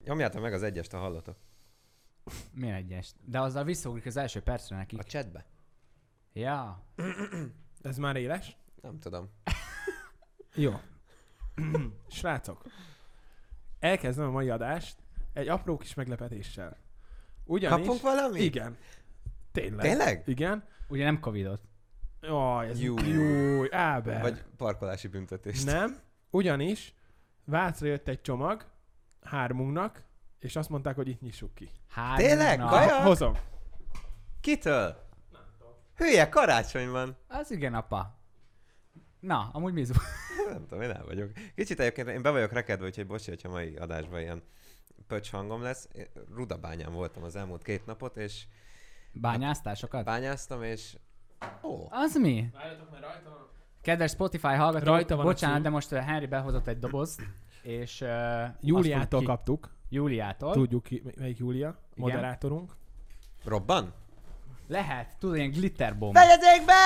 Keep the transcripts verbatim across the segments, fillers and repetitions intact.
Nyomjátok meg az egyest, ha hallotok. Milyen egyest? De azzal visszaugrik az első percre nekik. A chatbe. Ja. Ez már éles? Nem tudom. Jó. Srácok, elkezdem a mai adást egy apró kis meglepetéssel. Ugyanis... Kapunk valamit? Igen. Tényleg. Tényleg? Igen. Ugye nem covidot. Jaj, ez Jú. jó. Áber. Vagy parkolási büntetést. Nem. Ugyanis Vácra jött egy csomag hármunknak, és azt mondták, hogy itt nyissuk ki. Három Tényleg? nap. Kaja? Hozom. Kitől? Hülye, karácsony van. Az igen, apa. Na, amúgy Mizu. Nem tudom, én el vagyok. Kicsit egyébként én be vagyok rekedve, úgyhogy bocsi, hogyha mai adásban ilyen pöcs hangom lesz. Én Rudabányán voltam az elmúlt két napot, és Bányáztál sokat? bányáztam, és... Ó, Az mi? Várjatok, mert rajta van. Kedves Spotify hallgatók, Rajta van a bocsánat, cím. de most uh, Henry behozott egy dobozt, és... Uh, Júliától ki... kaptuk. Júliától. Tudjuk ki, melyik Júlia, moderátorunk. robban? Lehet, tudod, ilyen glitterbomb. Vegyezzék be!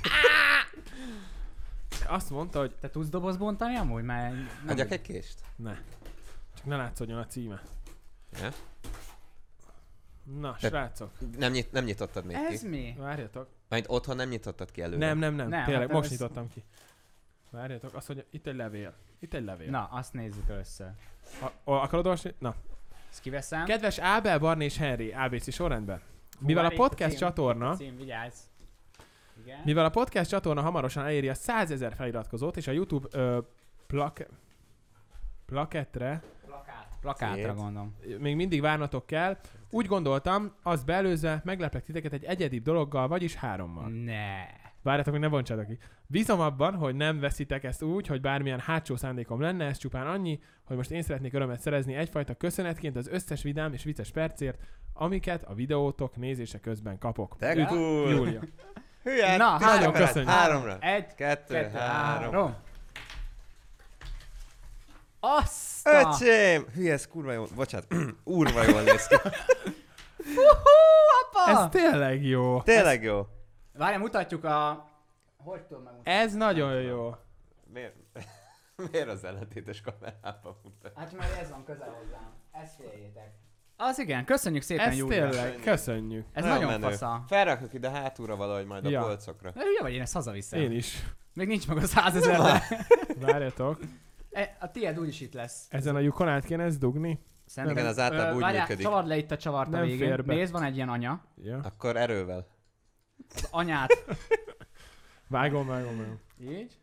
Azt mondta, hogy Te tudsz doboz bontani amúgy? Mert... Adjak egy kést? ne. Csak ne látszódjon a címe. Ja? Na, Te- srácok, Nem, nyit, nem nyitottad még Ez ki? mi? várjatok. Majd otthon nem nyitottad ki előre? Nem, nem, nem, Nem, tényleg, hát most ez- nyitottam ki. Várjatok, azt mondja, itt egy levél. Itt egy levél. Na, azt nézzük először. A, a, akarod olvasni? Na. Ezt kiveszem. Kedves Ábel, Barni és Henry, á bé cé sorrendben. Mivel a Várj, itt podcast cím, csatorna, itt a Cím, vigyázz. Igen. mivel a podcast csatorna hamarosan eléri a százezer feliratkozót, és a YouTube ö, plak, plakettre Plakát. Plakátra Szét. gondolom. még mindig várnatok kell, úgy gondoltam, az beelőzve megleplek titeket egy egyedibb dologgal, vagyis hárommal. Ne. Várjátok, hogy ne bontsátok ki. Bízom abban, hogy nem veszitek ezt úgy, hogy bármilyen hátsó szándékom lenne, ez csupán annyi, hogy most én szeretnék örömet szerezni egyfajta köszönetként az összes vidám és vicces percért, amiket a videótok nézése közben kapok. De Üdv, cool. Júlia. Hülye, Na, tisztelt nagyon barát, köszönjük. Háromra. Egy, Kettő, kettő, három. három. Azt a... Öcsém! Hülye, ez kurva jó. Bocsánat, úrva jól néz ki. Hú, apa! Ez tényleg jó. Tényleg jó. Várjál, mutatjuk a... Hogy tudom megmutatni? Ez nagyon jó. Miért, miért az ellentétes kamerában mutat? Hát mert ez van közel hozzám. Ezt figyeljétek. Az igen, köszönjük szépen, Ez Júlia. tényleg, köszönjük. Ez nagyon menő. fasza. Felrakjuk ide hátulra valahogy majd a Ja. polcokra. De hülye vagy, én ezt hazaviszem. Én is. Még nincs meg a százezer, de... Várjatok. E, a tiéd úgyis itt lesz. Ezen a lyukon át kéne ezt dugni? Szerintem. Igen, az általában Ö, úgy várjál, működik. Csavard le itt a csavart a Nem végén. fér be. Nézd, van egy ilyen anya. Ja. Akkor erővel. Az anyát. Vágom, vágom, vágom. Így.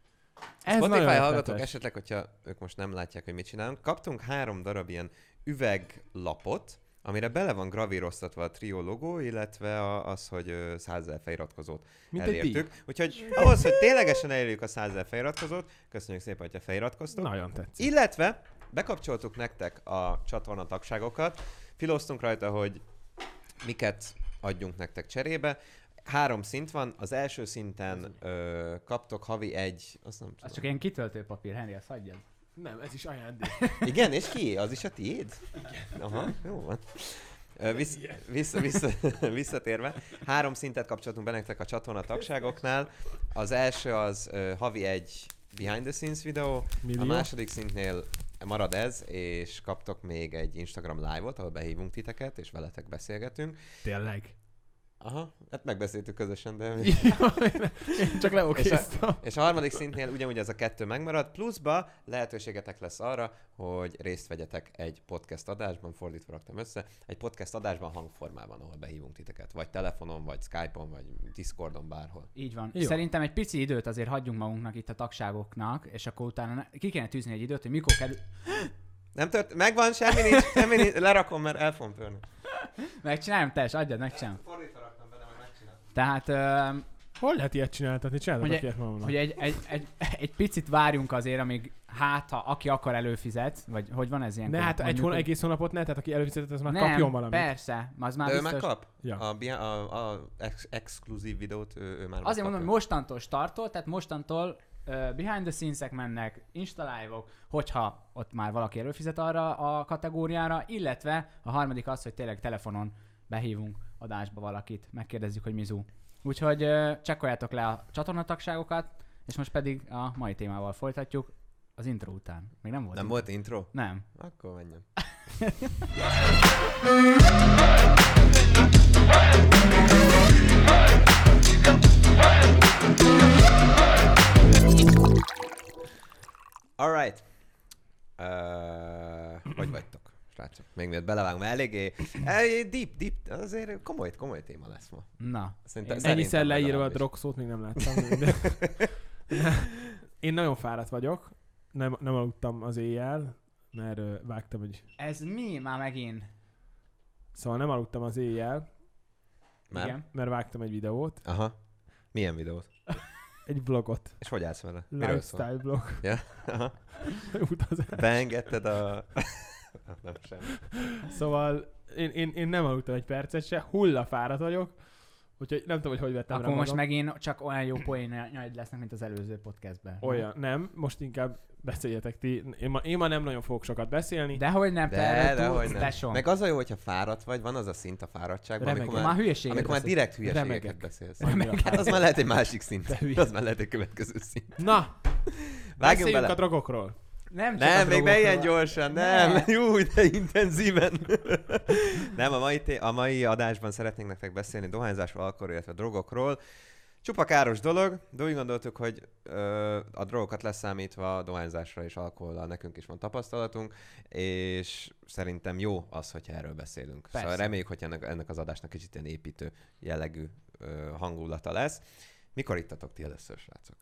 Ez Spotify nagyon hallgatók ötletes. esetleg, hogyha ők most nem látják, hogy mit csinálunk, kaptunk három darab ilyen üveglapot, amire bele van gravíroztatva a Trio logó, illetve a, az, hogy százezer feliratkozót Mint egy elértük. Úgyhogy ahhoz, hogy ténylegesen elérjük a százezer feliratkozót, köszönjük szépen, hogyha feliratkoztok. Nagyon tetszik. Illetve bekapcsoltuk nektek a csatorna tagságokat, filoztunk rajta, hogy miket adjunk nektek cserébe. Három szint van, az első szinten ö, kaptok havi egy, azt nem tudom. Az csak ilyen kitöltőpapír, Henry, azt hagyjad. Nem, ez is ajándék. Igen, és ki? Az is a tiéd? Igen. Aha, jó van. Ö, Vissz, vissza, vissza, visszatérve, három szintet kapcsoltunk be nektek a csatorna tagságoknál. Az első az ö, havi egy behind the scenes videó, Millió. a második szintnél marad ez, és kaptok még egy Instagram live-ot, ahol behívunk titeket, és veletek beszélgetünk. Tényleg. Aha, hát megbeszéltük közösen, de... Én csak leokéztam. És a harmadik szintnél ugyanúgy ez a kettő megmarad, pluszba lehetőségetek lesz arra, hogy részt vegyetek egy podcast adásban, fordítva raktam össze, egy podcast adásban hangformában, ahol behívunk titeket, vagy telefonon, vagy Skype-on, vagy Discordon, bárhol. Így van. Jó. Szerintem egy pici időt azért hagyjunk magunknak itt a tagságoknak, és akkor utána ne- ki kéne tűzni egy időt, hogy mikor kerül... Nem tört, megvan, semmi nincs, semmi nincs, lerakom, mert el fogom törni. Megcsináljam, te is, adjad, megcsinálom. Fordítva raktam bele, majd megcsinálom. Tehát, ö, Hol lehet ilyet csináltatni? Csináltatok Hogy- ilyet magamnak. hogy egy, egy, egy, egy picit várjunk azért, amíg hát, ha aki akar előfizet, vagy hogy van ez ilyen? Ne, hát egy hón, egész hónapot ne, tehát aki előfizetett, az már nem, kapjon valamit. persze, az már De ő biztos. megkap? Ja. A, bia- a, a ex- exkluzív videót ő, ő már Azért megkapja. mondom, hogy mostantól startol, tehát mostantól uh, behind the scenes-ek mennek, Insta live-ok, hogyha ott már valaki előfizet arra a kategóriára, illetve a harmadik az, hogy tényleg telefonon behívunk adásba valakit, megkérdezzük, hogy mizu. Úgyhogy uh, csekkoljátok le a csatornatagságokat, és most pedig a mai témával folytatjuk. Az Az intro után. Még nem volt. Nem intro. volt intro? Nem. Akkor menjem. Alright. Uh, hogy vagytok, srácok? Még miért belevágunk, mert eléggé eh, deep, deep, azért komoly, komoly téma lesz ma. Na. Szerintem, Én- szerintem Ennyiszer leírva a legalábbis. drog szót még nem láttam. De... Én nagyon fáradt vagyok. Nem, nem aludtam az éjjel, mert ö, vágtam egy... Ez mi már megint? Szóval nem aludtam az éjjel, Már? Igen. mert vágtam egy videót, Aha. Milyen videót? egy vlogot. És hogy állsz vele? Miről szól? Lifestyle vlog. Ja? Aha. Utazás. Beengedted a... nem semmi. Szóval én, én, én nem aludtam egy percet se, hullafáradt vagyok, úgyhogy nem tudom, hogy hogy vettem Akkor rá most magam. megint csak olyan jó poénjaid lesznek, mint az előző podcastben. Olyan, nem, most inkább beszéljetek ti. Én ma, én ma nem nagyon fogok sokat beszélni. Dehogy nem, te De, erről de tudsz, hogy nem. tesóm. Meg az a jó, hogyha fáradt vagy, van az a szint a fáradtságban, amikor Remegek. már, Már hülyeséget amikor már beszélsz. direkt hülyeségeket Remegek. beszélsz. Annyira Hát az már lehet egy másik szint. De hülye. Az már lehet egy következő szint. Na, Vágjunk beszéljünk bele. a drogokról. Nem, csak Nem, a még ne ilyen drogokról. gyorsan, nem. Ne. Jó, de intenzíven. Nem, a mai, té- a mai adásban szeretnénk nektek beszélni dohányzásról, alkoholról, illetve drogokról. Csupa káros dolog, de úgy gondoltuk, hogy ö, a drogokat leszámítva a dohányzásra és alkohollal nekünk is van tapasztalatunk, és szerintem jó az, hogyha erről beszélünk. Persze. Szóval reméljük, hogy ennek, ennek az adásnak kicsit ilyen építő jellegű ö, hangulata lesz. Mikor ittatok ti először, srácok?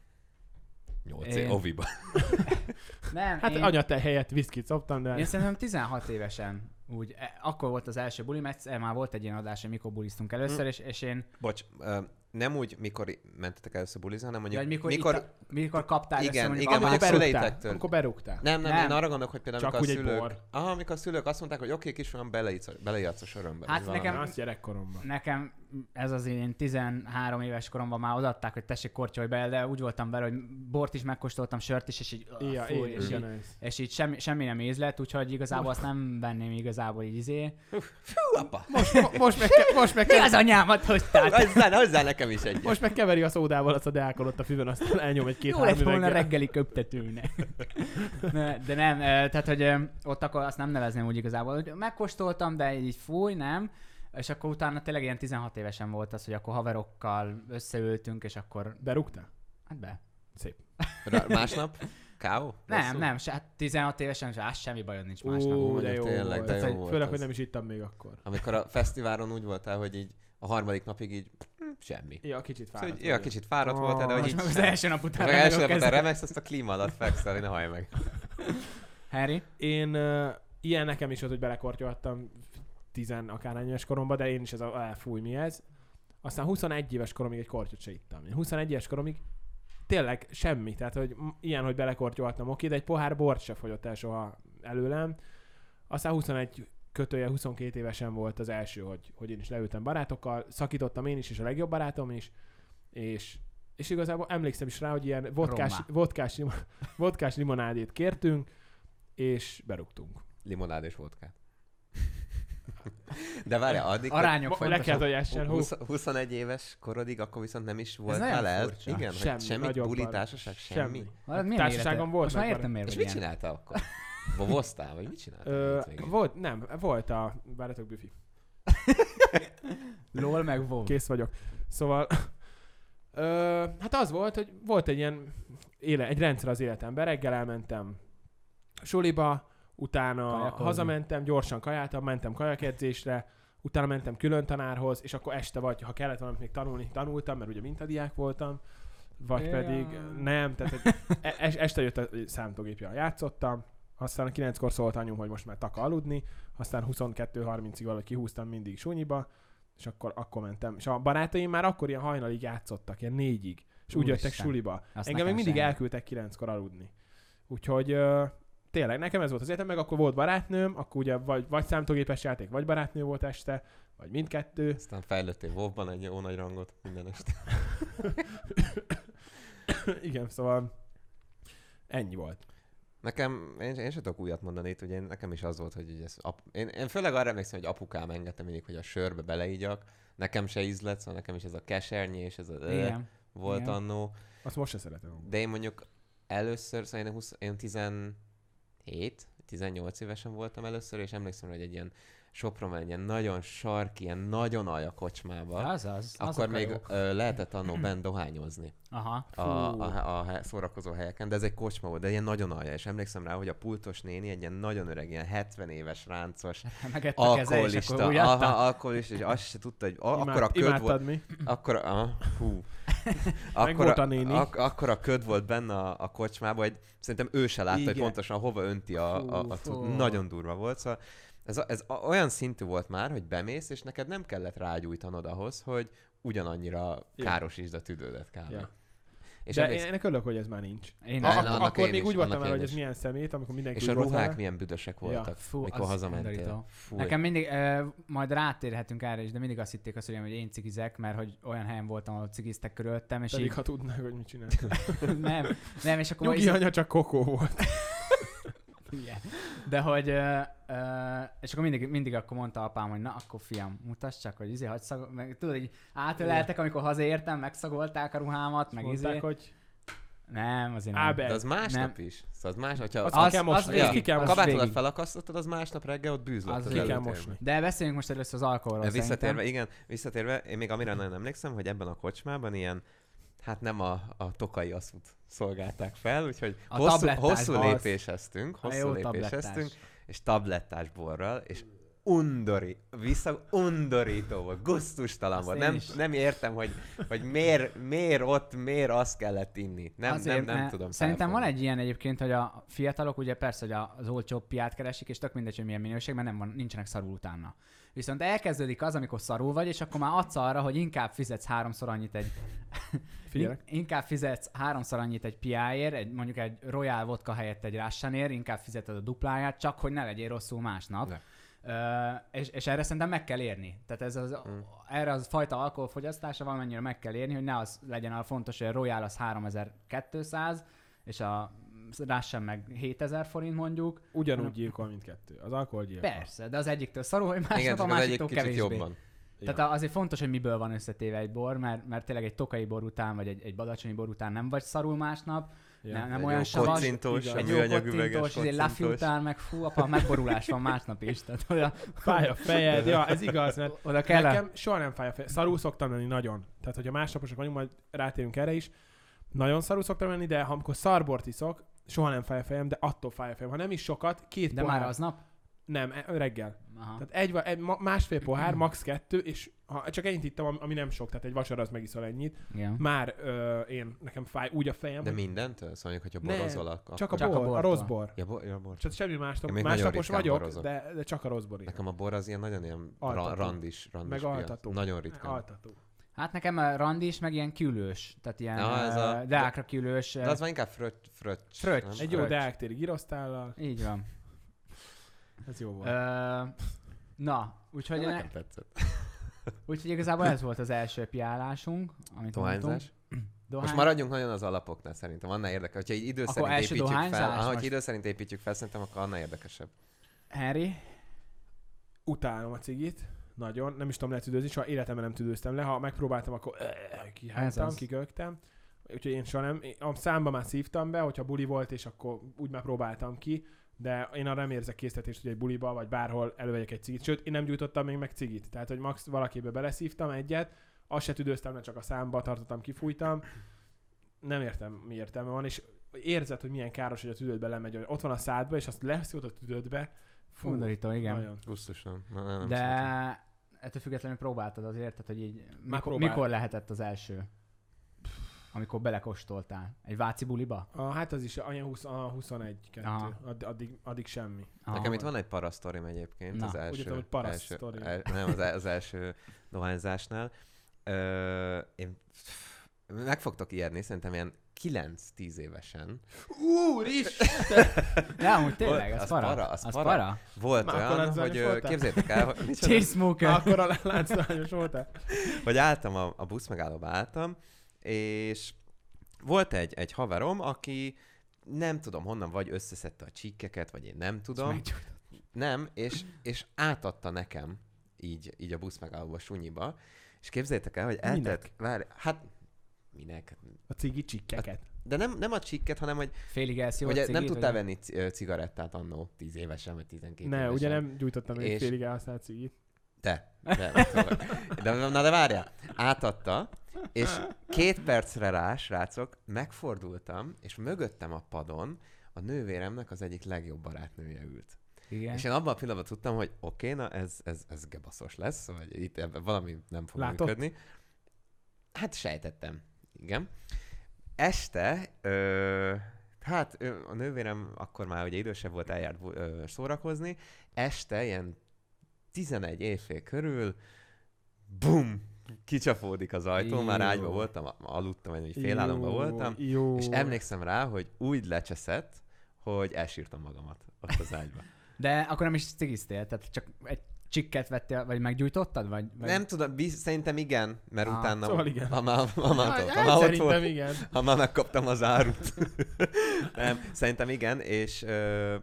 Nyolc Én- év, oviba. Nem, Hát én, anyate helyett viszkit szoptam, de... én szerintem tizenhat évesen úgy, e, akkor volt az első bulim, egyszer már volt egy ilyen adás, hogy mikor buliztunk először, Hm. és, és én, Bocs, ö, nem úgy, mikor i- mentetek először bulizni, hanem ja, mondjuk... hogy mikor, mikor, itt a, mikor kaptál Igen, össze, mondjuk igen, apád- mondjuk berúgtál. szüleitektől. Amikor berúgtál. Nem, nem, Nem. én arra gondolok, hogy például Csak amikor a úgy egy szülők... por. Aha, amikor a szülők azt mondták, hogy oké, okay, kisfiam, belejátsz- belejátszos örömbe. Hát vagy valami. nekem- Azt gyerekkoromban. Nekem ez az én tizenhárom éves koromban már odaadták, hogy tessék kortyolj be, de úgy voltam vele, hogy bort is megkóstoltam, sört is, és így, uh, Ja, fúj, én és, így ugyanez. és így semmi, semmi nem ízlett, úgyhogy igazából azt nem venném igazából így izé. Hú, apa! Most, mo- most, meg, ke- most, meg Mi ke- az anyámat hoztál? Hozzá, hozzá nekem is egy. most meg keveri a szódával azt a deákon ott a füvön, aztán elnyom egy Jó két-három lett volna üveggel. reggeli köptetőnek. Ne, de nem, eh, tehát hogy eh, ott akkor azt nem nevezném úgy igazából, hogy megkóstoltam, de így fúj, nem. És akkor utána tényleg ilyen tizenhat évesen volt az, hogy akkor haverokkal összeültünk, és akkor, Berúgtál? hát be. Szép. Ra- Másnap? Káó? Nem, Rosszul? nem, se, hát tizenhat évesen, se, az semmi bajod nincs másnap. Ú, de mondjuk jó tényleg, volt. de jó Tehát, volt Főleg, az. hogy nem is ittam még akkor. Amikor a fesztiválon úgy voltál, hogy így a harmadik napig így hm, semmi. Ja, kicsit Szóval, fáradt így, ja, vagyok. kicsit fáradt Ah, voltál, de hogy Most így meg az sem. első nap után Az első remegok nap után ezen. remegsz, azt a klíma alatt fekszel, ne hallj meg. Harry? Én uh, ilyen nekem is volt, hogy belekortyoltam tizen akárhány éves koromban, de én is ez a á, fúj, mi ez. Aztán huszonegy éves koromig egy kortyot se ittam. Én huszonegy éves koromig tényleg semmi. Tehát, hogy m- ilyen, hogy belekortyoltam, oké, de egy pohár bort se fogyott el soha előlem. Aztán huszonegy kötője, huszonkét évesen volt az első, hogy, hogy én is leültem barátokkal. Szakítottam én is, és a legjobb barátom is. És, és igazából emlékszem is rá, hogy ilyen vodkás, Rommá. vodkás, lim- vodkás limonádét kértünk, és berúgtunk. Limonád és vodkát. De várjál, addig, hogy Arányok Le kell, fontosak. hogy essen, hú. húsz, huszonegy éves korodig, akkor viszont nem is nagyon voltál el? furcsa. Igen, Semmi, hogy semmi nagyon buli bar- társaság, semmi. semmi. Valami milyen Társaságom élete? volt Most már meg értem, miért És vagy mit ilyen. csináltál akkor? Boboztál, vagy mit csináltál? Ö, hétvégén? volt, nem, volt a barátok büfi. LOL meg WoW. Kész vagyok. Szóval, ö, hát az volt, hogy volt egy ilyen éle, egy rendszer az életemben. Reggel elmentem suliba, utána Kajakozni. hazamentem, gyorsan kajáltam, mentem kajakedzésre, utána mentem külön tanárhoz, és akkor este vagy, ha kellett valamit még tanulni, tanultam, mert ugye mintadiák voltam, vagy Ja. pedig nem, tehát hogy e- es- este jött a számítógépjel, játszottam, aztán a kilenckor szólt anyum, hogy most már taka aludni, aztán huszonkettő harmincig valahogy kihúztam mindig sunyiba, és akkor, akkor mentem. És a barátaim már akkor ilyen hajnalig játszottak, ilyen négyig, és úgy Úristen. jöttek suliba. Azt Engem nekem még mindig sem. elküldtek kilenckor aludni. Úgyhogy ö, tényleg nekem ez volt az életem, meg akkor volt barátnőm, akkor ugye vagy, vagy számítógépes játék, vagy barátnő volt este, vagy mindkettő. Aztán fejlődtél WoW-ban egy jó nagy rangot minden este. Igen, szóval ennyi volt. Nekem, én, én sem tudok újat mondani itt, ugye én, nekem is az volt, hogy így ez, ap, én, én főleg arra emlékszem, hogy apukám engedte mindig, hogy a sörbe beleígyak. Nekem se ízlett, szóval nekem is ez a kesernyi és ez a ö, Igen. volt Igen. annó. Azt most se szeretem. De én mondjuk először, szóval én, húsz, én tizenhét, tizennyolc évesen voltam először, és emlékszem, hogy egy ilyen Sopronban egy ilyen nagyon sarki, ilyen nagyon alja kocsmába. Azaz, Akkor még ö, lehetett annó benn dohányozni Aha. a, a, a, a szórakozó helyeken, de ez egy kocsma volt, de ilyen nagyon alja, és emlékszem rá, hogy a pultos néni egy ilyen nagyon öreg, ilyen hetven éves, ráncos, megett a keze, és akkor úgy adta. aha, alkoholista, és azt se tudta, hogy a, Imád, akkor a köd imádtad volt, mi? akkor a, hú, Meg volt a néni. ak, akkor a köd volt benne a, a kocsmában, hogy szerintem ő se látta, Igen. hogy pontosan hova önti a, a, a, a Fú, tud, nagyon durva volt, szóval ez, ez olyan szintű volt már, hogy bemész, és neked nem kellett rágyújtanod ahhoz, hogy ugyanannyira Ja. károsítsd a tüdődet kb. Ja. És, De emléksz, én ennek örülök, hogy ez már nincs. Én A, Nem, ak- annak akkor én még is, úgy voltam annak el, én hogy ez is. milyen szemét, amikor mindenki és úgy a volt ruhák vele. milyen büdösek Ja. voltak, Fú, mikor az hazamentél. undorító. Fú, Nekem mindig, uh, majd rátérhetünk erre is, de mindig azt hitték azt, hogy hogy én cigizek, mert hogy olyan helyen voltam, ahol cigiztek körülöttem, és Pedig így... ha tudnák, hogy mit csinál. nem, nem, és akkor... Nyugi anya csak kokó volt. Igen. De hogy, uh, uh, és akkor mindig, mindig akkor mondta apám, hogy na, akkor fiam, mutasd csak, hogy izé, hadd szagol, meg tudod, így átöleltek, amikor hazaértem, megszagolták a ruhámat, meg Mondták, izé. hogy Nem, azért nem. Ábel. de az másnap Nem. is. Szóval az más, hogyha Azt a ki kell mosni. végig, Azt ki kell az mosni. kabátodat végig. felakasztottad, az másnap reggel ott bűz lett Az az Ki kell előtérben. mosni. De beszéljünk most először az alkoholról Visszatérve, szerintem. igen, visszatérve, én még amire nagyon emlékszem, hogy ebben a kocsmában ilyen, hát nem a, a tokai aszút szolgálták fel, úgyhogy A hosszú, tablettás hosszú az. lépéseztünk, A hosszú jó lépéseztünk, tablettás. és tablettás borral, és undori, vissza undorító volt, gusztustalan Azt volt. én Nem, is. nem értem, hogy, hogy miért, miért ott, miért azt kellett inni. Nem, Azért, nem, nem mert tudom. Szerintem van felfogni. egy ilyen egyébként, hogy a fiatalok ugye persze, hogy az olcsóbb piát keresik, és tök mindegy, hogy milyen minőség, mert nem van, nincsenek szarul utána. Viszont elkezdődik az, amikor szarul vagy, és akkor már adsz arra, hogy inkább fizetsz háromszor annyit egy... Figyelek. inkább fizetsz háromszor annyit egy piáért, egy, mondjuk egy Royal vodka helyett egy Russianért, inkább fizeted a dupláját, csak hogy ne legyél rosszul másnap. Ne. Uh, és, és erre szerintem meg kell érni. Tehát ez az, Mm. erre az fajta alkoholfogyasztása valamennyire meg kell érni, hogy ne az legyen a fontos, hogy a Royal az háromezer-kétszáz, és a Russian meg hétezer forint mondjuk. Ugyanúgy gyilkol mindkettő. Az alkohol gyilkol. Persze, de az egyiktől szarul, hogy másnap Igen, a csak az egyik másiktól kicsit kevésbé. jobban. Ja. Tehát azért fontos, hogy miből van összetéve egy bor, mert, mert tényleg egy tokai bor után, vagy egy, egy badacsonyi bor után nem vagy szarul másnap, Ja. nem, nem Egy olyan jó savas, kocintós, igen. a egy jó műanyag üveges kottintós, egy lafi kocintós. után, meg fú, apa, megborulás van másnap is. Tehát oda, Fáj a fejed, ja, ez igaz, mert oda kell a... nekem soha nem fáj a fejed. Szarul szoktam lenni nagyon. Tehát, hogyha másnaposak vagyunk, majd rátérünk erre is. Nagyon szarul szoktam lenni, de ha amikor szarbort iszok, soha nem fáj a fejem, de attól fáj a fejem. Ha nem is sokat, két De pohár. már aznap? Nem, e- reggel. Aha. Tehát egy, va- egy ma- másfél pohár, max. kettő, és ha csak ennyit ittam, ami- ami nem sok, tehát egy vacsora az megiszol ennyit. Igen. Már ö, én, nekem fáj úgy a fejem, De hogy mindentől? Szóval, hogyha Ne, borozol, akkor... csak a Csak a bor, a, bortól. rossz bor. Ja, bo- ja, bor. Tehát semmi más, Én még nagyon másnapos ritkán vagyok, borozok. de, de csak a rossz bor. Nekem a bor az ilyen nagyon ilyen ra- Altató. randis, randis Meg piac. altató. Nagyon ritkán. Altató. Hát nekem a randis, meg ilyen külős, tehát ilyen Ja, ez a- uh, deákra külős. De az már inkább fröccs. Fröccs. Fröccs. nem? Egy jó Fröccs. deáktéri girosztállal, Így van. ez jó volt. Uh, na, úgyhogy, De ne, nekem tetszett. úgyhogy igazából ez volt az első piálásunk, amit mondtunk. Dohányzás. Dohány. Most maradjunk nagyon az alapoknál szerintem, annál érdekel. Hogyha így idő Akkor szerint első építjük fel, dohányzás ahogy most? idő szerint építjük fel, szerintem akkor annál érdekesebb. Henry? Utálom a cigit. Nagyon. Nem is tudom letüdőzni, soha életemben nem tüdőztem le. Ha megpróbáltam, akkor Ez kihánytam, az. kikögtem. Úgyhogy én soha nem. A számba már szívtam be, hogyha buli volt, és akkor úgy már próbáltam ki. De én arra nem érzek késztetést, hogy egy buliba, vagy bárhol elővegyek egy cigit. Sőt, én nem gyújtottam még meg cigit. Tehát, hogy max valakibe beleszívtam egyet, azt se tüdőztem, mert csak a számba tartottam, kifújtam. Nem értem, mi értelme van, és érzed, hogy milyen káros, hogy a tüdődbe lemegy, hogy ott van a szádba, és azt leszívod a tüdődbe. Fú, Undorító, igen. nagyon. Gusztusan. Na, nem, nem De szeretem. ettől függetlenül próbáltad azért, tehát, hogy így mikor, próbál. mikor lehetett az első? Amikor belekóstoltál? Egy váci buliba? A, hát az is olyan húsz, a huszonegy kettő. Aha. Add, addig, addig semmi. Nekem itt van egy parasztorim egyébként, Na, az úgy első, tudom, hogy paraszt első sztori. el, nem, az, az első dohányzásnál. Ö, én meg fogtok ijedni, szerintem ilyen kilenc-tíz évesen. Úristen! De amúgy tényleg, Volt- az az para. para, az Az para. para? Volt Már olyan, akkor hogy láncdohányos ö, voltál? képzeljétek el, hogy, micsoda, Chainsmoker. Akkor a láncdohányos voltál? hogy álltam a, a buszmegállóba álltam, és volt egy, egy haverom, aki nem tudom honnan, vagy összeszedte a csíkkeket, vagy én nem tudom. Nem, és, és átadta nekem így, így a buszmegállóba, sunyiba, és képzeljétek el, hogy eltelt, várj, hát minek? A cigi csikkeket. De nem, nem a csikket, hanem hogy, Félig elszívott hogy cigit, nem tudtál vagy- venni c- cigarettát annó tíz évesen, vagy tizenkét Ne, évesen. ugye nem gyújtottam még És- félig elhasznált cigit. De, de, szóval- de, na de várjál, átadta, és két percre rá, srácok, megfordultam, és mögöttem a padon a nővéremnek az egyik legjobb barátnője ült. Igen. És én abban a pillanatban tudtam, hogy oké, okay, na ez, ez, ez gebaszos lesz, vagy itt ebben valami nem fog Látott? működni. Hát sejtettem, igen. Este, ö, hát ö, a nővérem akkor már ugye idősebb volt, eljárt ö, szórakozni, este ilyen tizenegy éjfél körül, bum, kicsapódik az ajtó, már Jó. ágyba voltam, aludtam, vagy félálomban Jó, voltam, Jó. és emlékszem rá, hogy úgy lecseszett, hogy elsírtam magamat ott az ágyba. De akkor nem is cigiztél, tehát csak egy csikket vettél, vagy meggyújtottad? Vagy, vagy... Nem tudom, biz- szerintem igen, mert Ah, utána, szóval igen. ha már, ha már, Hát, ha már ott szerintem volt, igen. ha már megkaptam az árut. Nem, szerintem igen, és ö,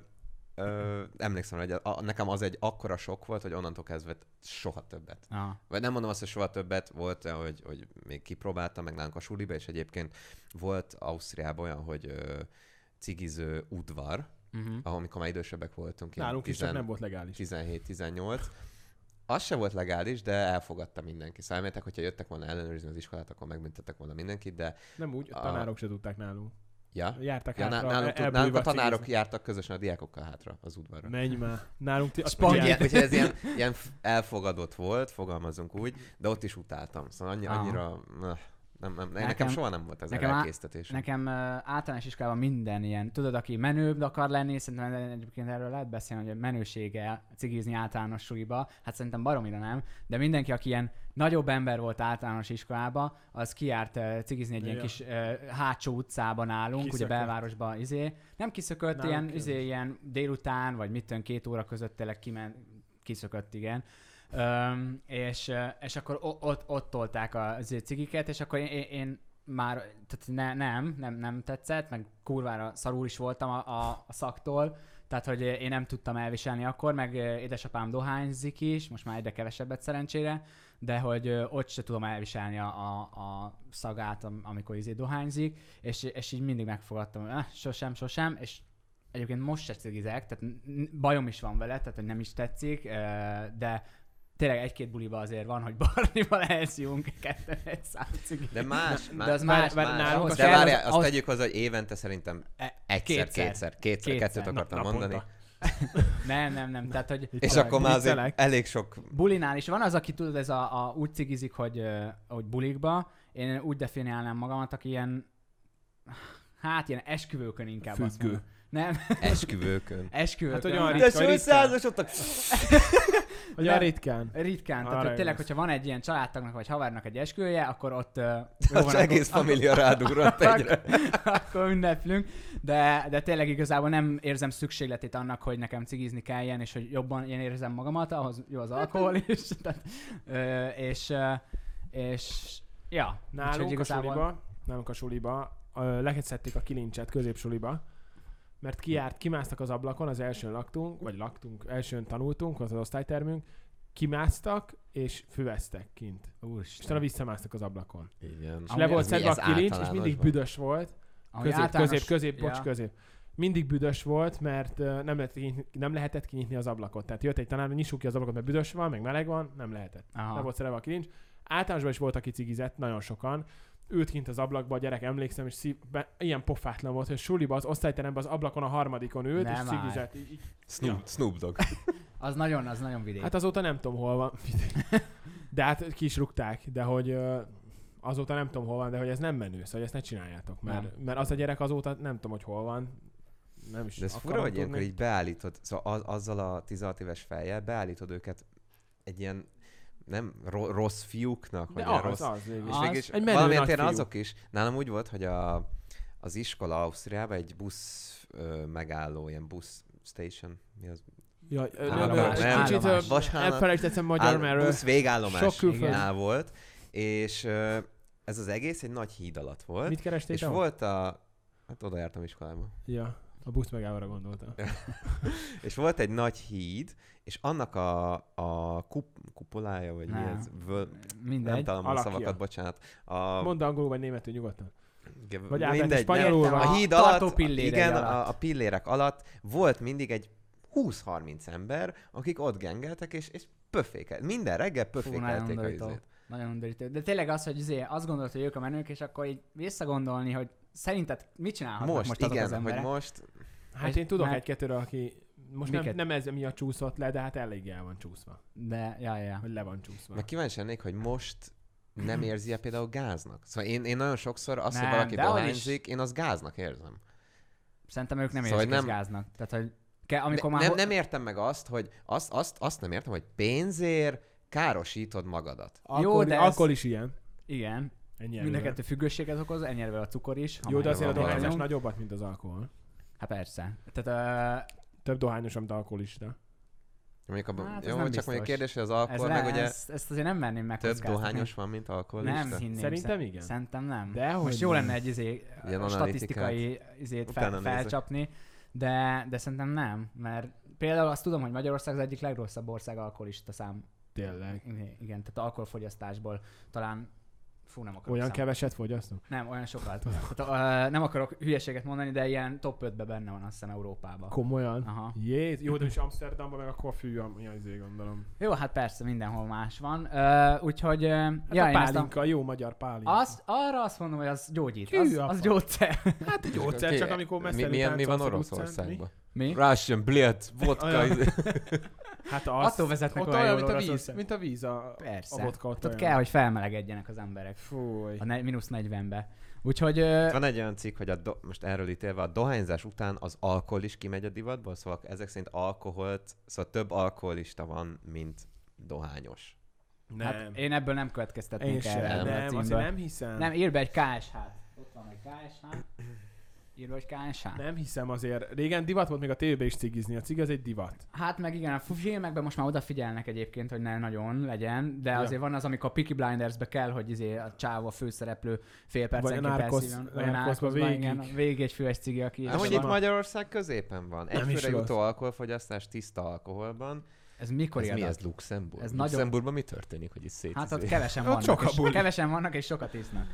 ö, emlékszem, hogy a, a, nekem az egy akkora sok volt, hogy onnantól kezdve soha többet. Ah. Vagy nem mondom azt, hogy soha többet volt, hogy, hogy még kipróbáltam meg nálunk a suliba, és egyébként volt Ausztriában olyan, hogy ö, cigiző udvar, Uh-huh. ahol amikor már idősebbek voltunk. ilyen Nálunk is csak tizen- nem volt legális. tizenhét tizennyolc. Az se volt legális, de elfogadta mindenki. Szóval elméletek, hogyha jöttek volna ellenőrizni az iskolát, akkor megbüntettek volna mindenkit, de Nem úgy, a A- tanárok se tudták nálunk. ja. Jártak Ja, hátra, ná- nálunk, tud, elbújva nálunk a tanárok cigizni. jártak közösen a diákokkal hátra az udvarra. Menj már. Nálunk ti- azt Spaghetti. meg Úgyhogy ilyen- ez ilyen, ilyen f- elfogadott volt, fogalmazunk úgy, de ott is utáltam. Szóval annyi, Aha. annyira... öh, Nem, nem, nekem, Nekem- nekem soha nem volt ez nekem a á- elkésztetés. Nekem uh, általános iskolában minden ilyen, tudod, aki menőbb akar lenni, szerintem egyébként erről lehet beszélni, hogy a menősége cigizni általános suliba, hát szerintem baromira nem, de mindenki, aki ilyen nagyobb ember volt általános iskolába, az kijárt uh, cigizni egy ilyen Ja. kis uh, hátsó utcában állunk, ugye Kiszökött. belvárosban, izé. Nem kiszökött, Nálunk ilyen, is. izé, ilyen délután, vagy mit tudom, két óra között tényleg kiment, kiszökött, igen. Um, és, uh, és akkor o- ott, ott tolták az cigiket, és akkor én, én, én már, tehát ne, nem, nem, nem tetszett, meg kurvára szarul is voltam a, a, a szaktól, tehát hogy én nem tudtam elviselni akkor, meg édesapám dohányzik is, most már egyre kevesebbet szerencsére, de hogy ott se tudom elviselni a, a, a szagát, am- amikor izé dohányzik, és, és így mindig megfogadtam, hogy eh, sosem, sosem, és egyébként most se cigizek, tehát n- n- bajom is van vele, tehát hogy nem is tetszik, eh, de tényleg egy-két buliba azért van, hogy Barnival elszívunk ketten egy szám cigit. De más, más, De az Várj, más, várj, más. nálunk Ahhoz az de kell, várjál, az- azt ahhoz- tegyük hozzá, hogy évente szerintem E- egyszer, kétszer. kétszer, kétszer, Kétszer. kettőt Na- akartam naponta. mondani. Nem, nem, nem. Tehát, hogy És Viccelek, akkor már azért viccelek. elég sok... bulinál is van az, aki tudod, ez a, a úgy cigizik, hogy, ö, hogy bulikba. Én úgy definiálnám magamat, aki ilyen, hát ilyen esküvőkön inkább azt Függő. mondom. Nem, Esküvőkön. eszküvőkön. Hát, hogy olyan nem. ritka, ritkán. százasodtak! Hogy Nem. a ritkán. Ritkán, tehát Arra hogy tényleg, jössz. hogyha van egy ilyen családtagnak vagy havernak egy esküvője, akkor ott ö, jó Az van, egész akkor- família rádurrant egyre. akkor ünneplünk, de, de tényleg igazából nem érzem szükségletét annak, hogy nekem cigizni kelljen, és hogy jobban én érzem magamat, ahhoz jó az alkohol is, tehát, ö, és, ö, és ja. Nálunk úgyhogy a igazából- suliba, nálunk a suliba, ö, lehetszették a kilincset középsuliba, mert kijárt, kimásztak az ablakon, az elsőn laktunk, vagy laktunk, elsőn tanultunk, az az osztálytermünk, kimásztak és füveztek kint. És utána visszamásztak az ablakon. Igen. És Amúgy le volt ez mi, szedve a ez kilincs, és általánosban? mindig büdös volt. Ahogy Közép, általános- közép, közép, bocs, ja. közép. Mindig büdös volt, mert uh, nem, lehet kinyitni, nem lehetett kinyitni az ablakot. Tehát jött egy tanár, hogy nyissuk ki az ablakot, mert büdös van, meg meleg van, nem lehetett. Aha. Le volt szerelve a kilincs. Általánosban is volt, aki cigizett, nagyon sokan. Ült kint az ablakba, a gyerek emlékszem, és szív, be, ilyen pofátlan volt, hogy a suliba, az osztályteremben az ablakon a harmadikon ült, Nem és állj. cigizett. Így, így. Snoop, Ja. Snoop Dogg. Az nagyon, az nagyon vidék. Hát azóta nem tudom, hol van. De hát ki is rúgták, de hogy ö, azóta nem tudom, hol van, de hogy ez nem menő, szóval ezt ne csináljátok, mert, mert az a gyerek azóta nem tudom, hogy hol van. Nem is De ez akarom fura, hogy ilyenkor tudni. így beállítod, szóval az, azzal a tizenhat éves fejjel beállítod őket egy ilyen nem ro- rossz fiúknak, vagy De ilyen az, rossz... az végül. És Az. végig is Egy menő valamilyen nagy téren fiú. azok is. Nálam úgy volt, hogy a, az iskola Ausztriában egy busz ö, megálló, ilyen busz station, mi az? Ja, ö, nem, Állomás. ö, Nem, kicsit ö, állomás. Vasárnap- elfelejtettem magyar, Áll- mert ö, busz végállomás sok külföld- volt, és ö, ez az egész egy nagy híd alatt volt. mit kerestél És te ott? volt a... Hát oda jártam iskolába. Ja. A busz megállóra gondoltam. és volt egy nagy híd, és annak a, a kup, kupolája, vagy mi Nem. ez? Völ, Mindegy. nem találom a Alakja. szavakat, bocsánat. A, Mondd angolul vagy németül nyugodtan. igen, Vagy átvenni mindegy, spanyolul nem, van. a A híd tartó alatt, pillérei igen, alatt. A, a pillérek alatt volt mindig egy húsz-harminc ember, akik ott gengeltek, és, és pöfékel. Minden reggel Fú, nagyon pöfékelték a undorító. izét. Nagyon undorító. De tényleg az, hogy izé, azt gondolod, hogy ők a menők, és akkor így visszagondolni, hogy szerinted mit csinálhatnak most, Most, most azok igen, az emberek? hogy most... Hát És én tudok már- egy-kettőről, aki most nem, Miket? nem ez miatt csúszott le, de hát elég el van csúszva. De, ja, ja. Vagy le van csúszva. Meg kíváncsi lennék, hogy most nem érzi-e például gáznak. Szóval én, én nagyon sokszor azt, Nem, hogy valaki de ahogy dohányzik, én azt gáznak érzem. Szerintem ők nem Szóval, érzik hogy nem... nem- gáznak. Tehát, hogy ke, amikor Ne, már... nem, ho- nem értem meg azt, hogy azt, azt, azt nem értem, hogy pénzért károsítod magadat. Alkohol, Jó, de ez- alkohol is ilyen. Igen. Ennyi Mind a erővel. kettő függőséget okoz, ennyire a cukor is. ha Jó, de már azért a van dohányzás dohányzunk. nagyobbat, mint az alkohol. Hát persze. Tehát uh, Több dohányos, mint alkoholista. Mondjuk abban, Hát ez jó, nem csak mondjuk biztos. kérdés, hogy az ez alkohol, le, meg ugye ezt, ezt azért nem merném több megkockáztatni. dohányos van, mint alkoholista. Nem hinném. Szerintem szer- igen. Szerintem nem. De Most hogy jó nem. lenne egy izé, Ilyen statisztikai izét fel, Utána nézek. felcsapni, de, de szerintem nem. Mert például azt tudom, hogy Magyarország az egyik legrosszabb ország alkoholista szám. Tényleg. Igen, igen, tehát alkoholfogyasztásból talán fú, nem akarok Olyan szám- keveset fogyasztunk? Nem, olyan sokat. Tehát, uh, nem akarok hülyeséget mondani, de ilyen top ötben benne van azt hiszem Európában. Komolyan? Aha. Jé, jó, de is Amsterdamban meg akkor fű, ami azért gondolom. Jó, hát persze, mindenhol más van. Uh, úgyhogy, uh, Hát ja, a én ezt a, pálinka, jó magyar pálinka. azt, arra azt mondom, hogy az gyógyít. Hű, Az, apa. az gyógyszer. Hát egy gyógyszer, csak amikor mi, messze milyen, mi van Oroszországban? Mi? Russian, Blitz, vodka. Olyan. izé. Hát az, Attól vezetnek ott olyan olyan, jól mint a víz, Oroszország. mint a víz a, Persze. a vodka. Ott, Hát ott olyan. kell, hogy felmelegedjenek az emberek. Fúj. A ne- mínusz negyvenbe. Úgyhogy... Uh, Van egy olyan cikk, hogy a do- most erről ítélve, a dohányzás után az alkohol is kimegy a divatból, szóval ezek szerint alkoholt, szóval több alkoholista van, mint dohányos. Nem. hát én ebből nem következtetnék Én sem. erre ebből a Nem, címből. azért nem hiszem. Nem, ír be egy ká es hát. Ott van egy ká es há. Ír be egy ká es há. Nem hiszem azért. Régen divat volt még a tévében is cigizni. A cigi az egy divat. Hát meg igen, a filmekben most már odafigyelnek egyébként, hogy ne nagyon legyen, de Ja. azért van az, amikor a Peaky Blindersbe kell, hogy izé a csávó a főszereplő fél percenként Narcos- elszívjon. Vagy a Narcosba Narcosba, végig. igen, végig egy füves cigi, aki... De Hát hogy van itt a- Magyarország középen van. Nem is Egyfőre jutó rossz. alkoholfogyasztás tiszta alkoholban. Ez mikor Ez mi adat? ez, Luxemburg? Ez Ez nagyon- Luxemburgban mi történik, hogy itt szét Hát ott izé- kevesen Ott vannak, sok a és buli. kevesen vannak, és sokat isznak.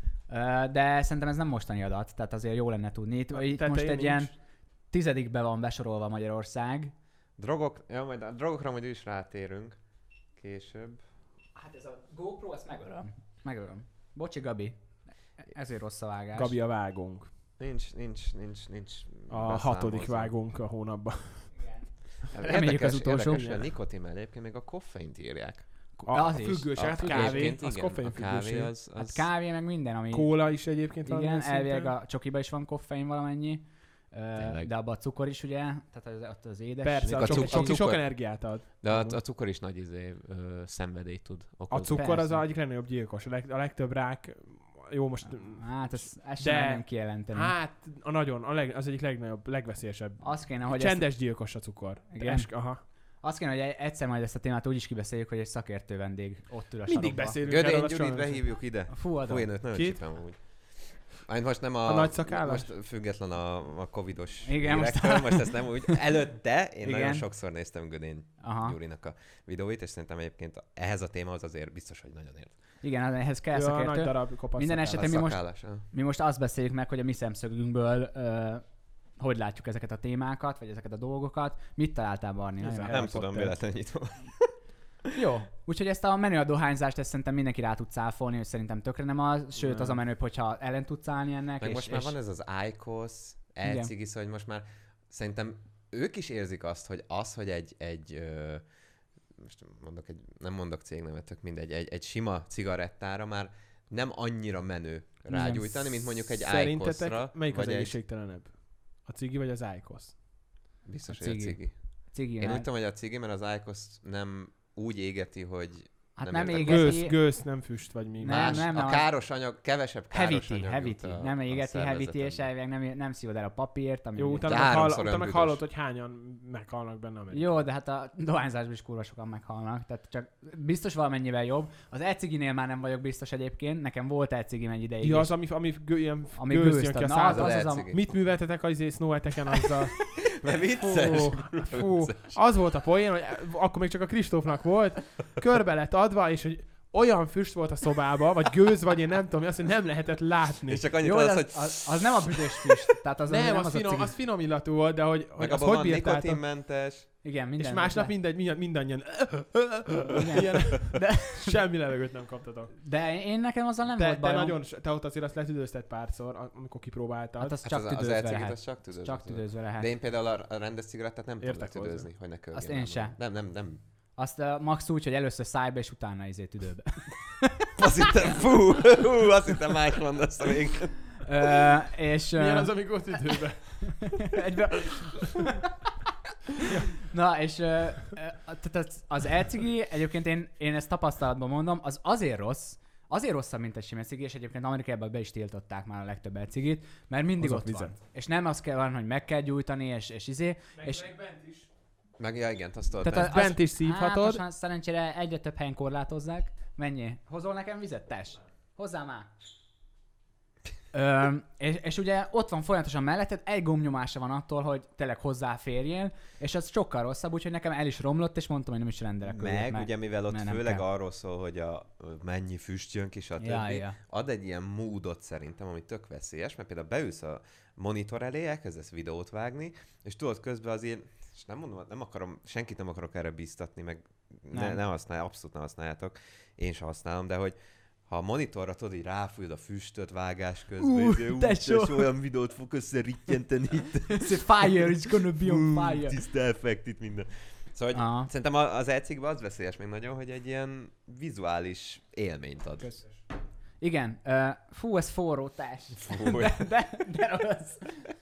Ö, De szerintem ez nem mostani adat, tehát azért jó lenne tudni. Itt, itt tetején most egy nincs. ilyen tizedikbe van besorolva Magyarország. Drogok, ja, majd a drogokra majd is rátérünk később. Hát ez a GoPro, ezt megölöm. Megölöm. Bocsi, Gabi. Ezért rossz a vágás. Gabi a vágónk. Nincs, nincs, nincs, nincs. A hatodik beszámolva. vágónk a hónapban. Igen. Érdekes, Reméljük az utolsó. Érdekes, hogy a nikotin egyébként még a koffeint írják. A, a Az is. függőség, A hát függő- kávé, egyébként az igen, koffein a kávé függőség. az, Hát az kávé, meg minden, ami... Kóla is egyébként Igen, valamilyen elvileg szinten. a csokiba is van koffein valamennyi. Ö, Tényleg. de abban a cukor is ugye, tehát az, ott az édes. Persze, Még a a csoki, cuk- a csoki sok cukor- energiát ad. de a, a cukor is nagy izé, ö, szenvedélyt tud A okozni. cukor az Persze. a egyik legnagyobb gyilkos. A, leg, a legtöbb rák, jó most... Hát ezt, ezt De- sem nem kijelenteni. Hát, a nagyon, a leg, az egyik legnagyobb, legveszélyesebb. Azt kéne, hogy Csendes gyilkos a cukor. Igen? Esk, aha. Azt kéne, hogy egyszer majd ezt a témát úgy is kibeszéljük, hogy egy szakértő vendég ott ül a Mindig sarokba. beszélünk Gödény erről a Gyurit sajnos. behívjuk ide. Fú, adom. Fú, én őt nagyon Kit? csipem úgy. Majd most nem a... A nagy szakállas? Most független a, a covidos Igen, most- hírektől, most ezt nem úgy. Előtte én Igen. nagyon sokszor néztem Gödény Aha. Gyurinak a videóit, és szerintem egyébként ehhez a témához azért biztos, hogy nagyon ért. Igen, ehhez kell Ő a nagy szakértő. darab kopasz Minden szakállas. esetre mi most- Szakállas, ah. Mi most azt beszéljük meg, hogy a mi szemszögünkből ö, hogy látjuk ezeket a témákat, vagy ezeket a dolgokat. Mit találtál, Barni? Nagyon Ez a- érdekel. Nem tudom, véletlenül nyitva. Jó, úgyhogy ezt a menő a dohányzást, ezt szerintem mindenki rá tud cáfolni, hogy szerintem tökre nem az, sőt Nem. az a menőbb, hogyha ellen tudsz állni ennek. Meg és, most már és van ez az IQOS, Igen. elcigisz, hogy most már szerintem ők is érzik azt, hogy az, hogy egy, egy ö, most mondok egy, nem mondok cégnevet, tök mindegy, egy, egy sima cigarettára már nem annyira menő rágyújtani, mint mondjuk egy Szerintetek IQOS-ra, melyik az vagy egy, egészségtelenebb? A cigi vagy az IQOS? biztos, A hogy a cigi. cigi. cigi, Én úgy tudom, hogy a cigi, mert az IQOS nem úgy égeti, hogy Hát nem nem értek. égeti. Gőz, gőz, nem füst, vagy mi. Nem, Más, nem, a az- káros anyag, kevesebb káros Heavity, anyag heavity. jut a- Nem a égeti, heavity, és szervezetedbe. elvileg nem, nem szívod el a papírt, ami... Jó, utána De meg, hall, háromszor utána meg olyan hallod, büdös. hogy hányan meghalnak benne. Amerikában. Jó, de hát a dohányzásban is kurva sokan meghalnak, tehát csak biztos valamennyivel jobb. Az e-ciginél már nem vagyok biztos egyébként, nekem volt e-cigim egy ideig. Ja, és- az, ami, ami gő, ilyen ami gőz gőzt jön ki a ad. Na, az, szádon. az, az, a... E-cigi. Mit műveltetek az izé Snow-eteken azzal? Mert vicces. Fú, fú, az volt a poén, hogy akkor még csak a Kristófnak volt, körbe lett adva, és hogy olyan füst volt a szobába, vagy gőz, vagy én nem tudom, mi, azt, hogy nem lehetett látni. És csak annyit Jó, az, az, hogy az, az, nem a büdös füst, tehát az nem, nem az, az, finom, a az finom illatú volt, de hogy, hogy meg az abban hogy van bírtátok? nikotinmentes. Igen, minden. És másnap de, mindegy, mind, mindannyian Igen. ilyen, De- semmi levegőt nem kaptatok. de én nekem azzal nem Te, volt te, bajom. nagyon, te ott azért azt letüdözted párszor, amikor kipróbáltad. Hát az Hát csak az, az tüdőzve elcigit, lehet. az csak tüdőzve. Csak tüdőzve De lehet. én például a a rendes cigarettát nem tudom Értek letüdőzni, hogy ne kölgjen. Azt én nem. se. Nem, nem, nem. Azt uh, max úgy, hogy először szájba, és utána izé tüdőbe. Azt hittem, fú, hú, azt hittem más mondasz még. Ö, és... Milyen ö, az, amikor tüdőbe? Egybe... Na, és ö, ö, tehát az, az e-cigi, egyébként én, én ezt tapasztalatban mondom, az azért rossz, azért rosszabb, mint egy sima cigi, és egyébként Amerikában be is tiltották már a legtöbb e-cigit, mert mindig Hozok ott van. vizet. És nem az kell van, hogy meg kell gyújtani, és, és izé. és, bent is. Meg ja, igen, azt tudod. Tehát nem. az- Bent is Hát szívhatod. most már szerencsére egyre több helyen korlátozzák. Mennyi? Hozol nekem vizet, tess? Hozzá már. Ö, és, és ugye ott van folyamatosan melletted, egy gombnyomása van attól, hogy tényleg hozzáférjél, és az sokkal rosszabb, úgyhogy nekem el is romlott, és mondtam, hogy nem is rendelek. Meg, őket, mert- ugye mivel ott mert nem főleg kell. arról szól, hogy a mennyi füst jön ki, stb. Ja, ja. Ad egy ilyen módot szerintem, ami tök veszélyes, mert például beülsz a monitor elé, elkezdesz videót vágni, és tudod közben az ilyen, és nem mondom, nem akarom, senkit nem akarok erre bíztatni, meg ne, Nem. ne használj, abszolút ne használjátok, én sem használom, de hogy ha a monitorra tudod, így ráfújod a füstöt vágás közben, Ú, izé, ú, tesó. tesó, olyan videót fog összerittyenteni itt. It's a fire, it's gonna be on Ú, fire. Tiszta effekt itt minden. Szóval hogy Aha. szerintem a- az e-cikkben az veszélyes még nagyon, hogy egy ilyen vizuális élményt ad. Igen, uh, fú, ez forró társ. Fúj. De, de, de rossz.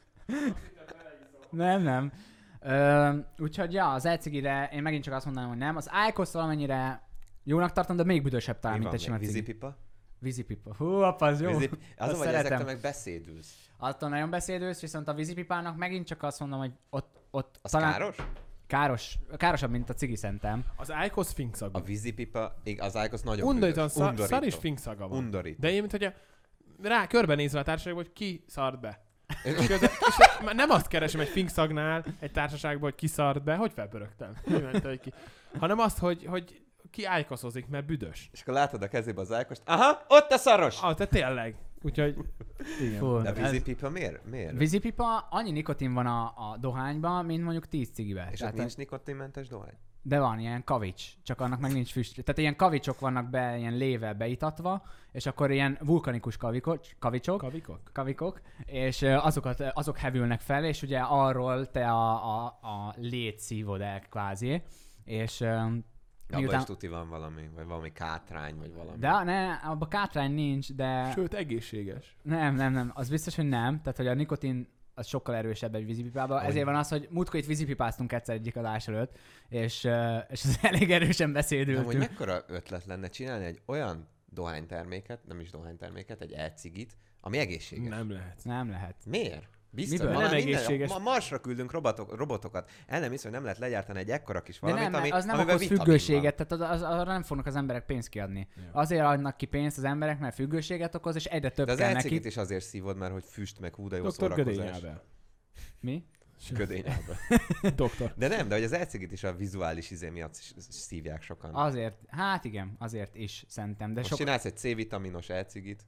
Nem, nem. Ö, úgyhogy ja, az e-cigire én megint csak azt mondanám, hogy nem. Az Ájkosz valamennyire jónak tartom, de még büdösebb talán, Mi mint van egy sima még? cigi. Vízipipa? Vízipipa. Hú, apa, az jó. Vízip... Azt Azon vagy szeretem. ezektől meg beszédülsz. Attól nagyon beszédősz, viszont a vízipipának megint csak azt mondom, hogy ott, ott Az talán káros? káros, károsabb, mint a cigi szerintem. Az Icos finkszagú. A vízipipa, ig- az Ájkosz nagyon Undorítóan büdös. szar, szar is finkszaga van. Undorító. De én, mint hogyha rá körbenézve a társaságban, hogy ki szart be. És, közben, és már nem azt keresem egy finkszagnál, egy társaságban, hogy ki szart be, hogy felpörögtem. Mi ment, hogy ki. Hanem azt, hogy, hogy ki ájkoszozik, mert büdös. És akkor látod a kezébe az Ájkost, aha, ott a szaros! Ah, te tényleg. Úgyhogy igen. Fú, De a ez- vízipipa miért? Miért? Vízipipa, annyi nikotin van a, a dohányban, mint mondjuk tíz cigiben. És ott Tehát- nincs nikotinmentes dohány? De van, ilyen kavics, csak annak meg nincs füst. Tehát ilyen kavicsok vannak be, ilyen lével beitatva, és akkor ilyen vulkanikus kavikok, kavicsok, Kavikok? kavikok, és ö, azokat, azok hevülnek fel, és ugye arról te a, a, a lét szívod el kvázi, és ö, Abban miután... is tuti van valami, vagy valami kátrány, vagy valami. De ne, abban kátrány nincs, de Sőt, egészséges. nem, nem, nem, az biztos, hogy nem. Tehát, hogy a nikotin az sokkal erősebb egy vízipipában. Ahogy- Ezért van az, hogy múltkor itt vízipipáztunk egyszer egyik adás előtt, és, ö, és az elég erősen De beszédültünk. hogy mekkora ötlet lenne csinálni egy olyan dohányterméket, nem is dohányterméket, egy e-cigit, ami egészséges. Nem lehet. Nem lehet. Miért? Biztos, Miből? van Nem minden- egészséges. Ma Marsra küldünk robotok, robotokat. El nem hiszem, hogy nem lehet legyártani egy ekkora kis De valamit, nem, ami, az nem amiben okoz vitamin függőséget, tehát az, az, arra nem fognak az emberek pénzt kiadni. Ja. Azért adnak ki pénzt az emberek, mert függőséget okoz, és egyre több van. De kell az neki. e-cigit is azért szívod, mert hogy füst, meg hú, de jó Doktor szórakozás. Gödényábel. Mi? Gödényába. Doktor. De nem, de hogy az e-cigit is a vizuális izé miatt sz- sz- szívják sokan. Azért, hát igen, azért is szerintem. De Most sok... csinálsz egy C-vitaminos e-cigit.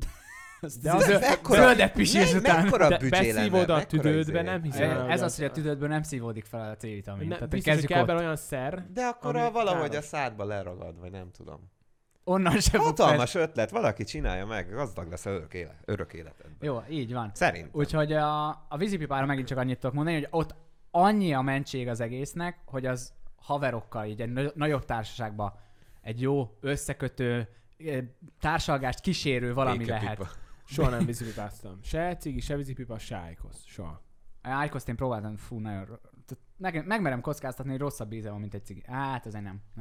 De az Ez mekkora- zöldet pisírsz Me- után. mekkora De büdzsé beszívod lenne, a mekkora tüdődbe, izé. nem hiszem. Ez, el, ez hogy az, hogy a tüdődből nem szívódik fel a C-vitamin. Ne, Tehát, hogy biztos, hogy kezdjük kell ott. bele olyan szer. De akkor Ami a valahogy káros. a szádba leragad, vagy nem tudom. Onnan sem fog fel. Hatalmas ötlet, valaki csinálja meg, gazdag lesz örök, élet, örök életedben. Jó, így van. Szerintem. Úgyhogy a, a vízipipára megint csak annyit tudok mondani, hogy ott annyi a mentség az egésznek, hogy az haverokkal, így egy nagy- nagyobb társaságban egy jó összekötő, eh, társalgást kísérő valami Békepipa. lehet. Soha nem vízipipáztam. Se cigi, se vízipipa, se ájkosz. Soha. Ájkoszt én próbáltam, fú, nagyon... ro- tehát Meg, megmerem kockáztatni, hogy rosszabb íze van, mint egy cigi. Hát, azért nem, nem.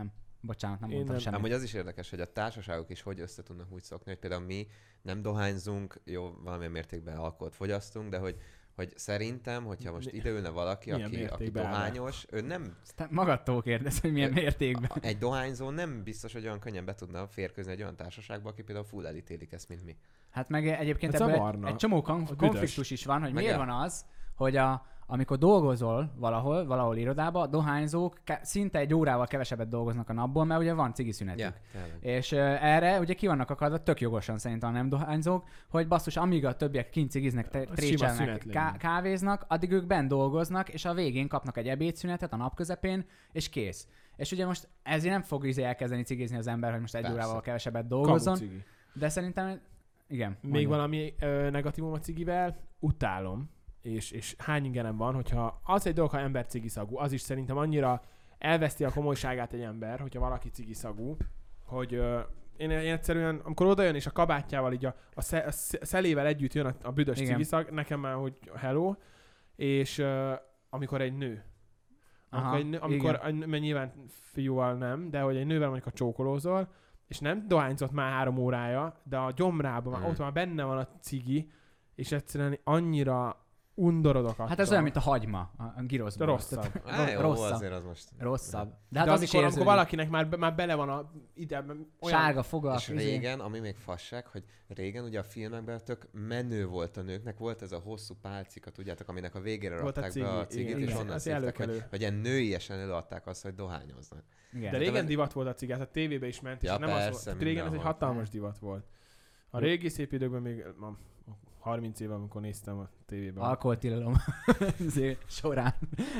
Bocsánat, nem Én mondtam nem- semmit. Amúgy az is érdekes, hogy a társaságok is hogy össze tudnak úgy szokni, hogy például mi nem dohányzunk, jó, valamilyen mértékben alkoholt fogyasztunk, de hogy, hogy szerintem, hogyha most Mi- ideülne valaki, milyen aki, aki mértékben áll be? dohányos, ő nem, Te magadtól kérdez, hogy milyen Ö, mértékben. egy dohányzó nem biztos, hogy olyan könnyen be tudna férkőzni egy olyan társaságba, aki például full elítélik ezt, mint mi. Hát meg egyébként Hát ebben zavarna. egy csomó kon- A konfliktus büdös. is van, hogy Meg miért el- van az, hogy a, amikor dolgozol valahol, valahol irodába, a dohányzók ke- szinte egy órával kevesebbet dolgoznak a napból, mert ugye van cigiszünetük. Ja, tényleg. És uh, erre ugye ki vannak akadva, tök jogosan szerintem a nem dohányzók, hogy basszus, amíg a többiek kint cigiznek, te- Az sima trécselnek, szünet legyen. ká- kávéznak, addig ők benn dolgoznak, és a végén kapnak egy ebédszünetet a nap közepén, és kész. És ugye most ezért nem fog izé elkezdeni cigizni az ember, hogy most egy Persze. órával kevesebbet Kamu dolgozzon, cigi. de szerintem igen. Még mondjad. valami ö, negatívum a cigivel, utálom, és, és hány ingerem van, hogyha az egy dolog, ha ember cigiszagú, az is szerintem annyira elveszti a komolyságát egy ember, hogyha valaki cigiszagú, hogy ö, én, én egyszerűen, amikor odajön és a kabátjával így a, a, sze, a sz- szelével együtt jön a, a büdös Igen. cigiszag, nekem már, hogy hello, és ö, amikor egy nő, Aha, amikor, egy nő, amikor egy nő- mert nyilván fiúval nem, de hogy egy nővel mondjuk a csókolózol, és nem dohányzott már három órája, de a gyomrában már Hmm. ott már benne van a cigi, és egyszerűen annyira undorodok attól. Hát ez olyan, mint a hagyma, a, a girozból. De rosszabb. Á, jó, rosszabb. azért az most... Rosszabb. De De hát hát az amikor, is amikor érződik. valakinek már, be- már bele van a ide, olyan... Sárga fogal. És régen, ami még fasság, hogy régen ugye a filmekben tök menő volt a nőknek, volt ez a hosszú pálcika, tudjátok, aminek a végére Volt a rakták be a cigi, cigit, igen, és igen, onnan az szívták, hogy, előkelő. hogy ilyen nőiesen előadták azt, hogy dohányoznak. Igen. De De régen meg- divat volt a cigát, a tévébe is ment, és Ja, nem az volt. persze, Tehát régen ez egy mindenhol. hatalmas divat volt. A régi szép időkben még ma, harminc éve, amikor néztem a tévében. Alkoholtilalom azért során.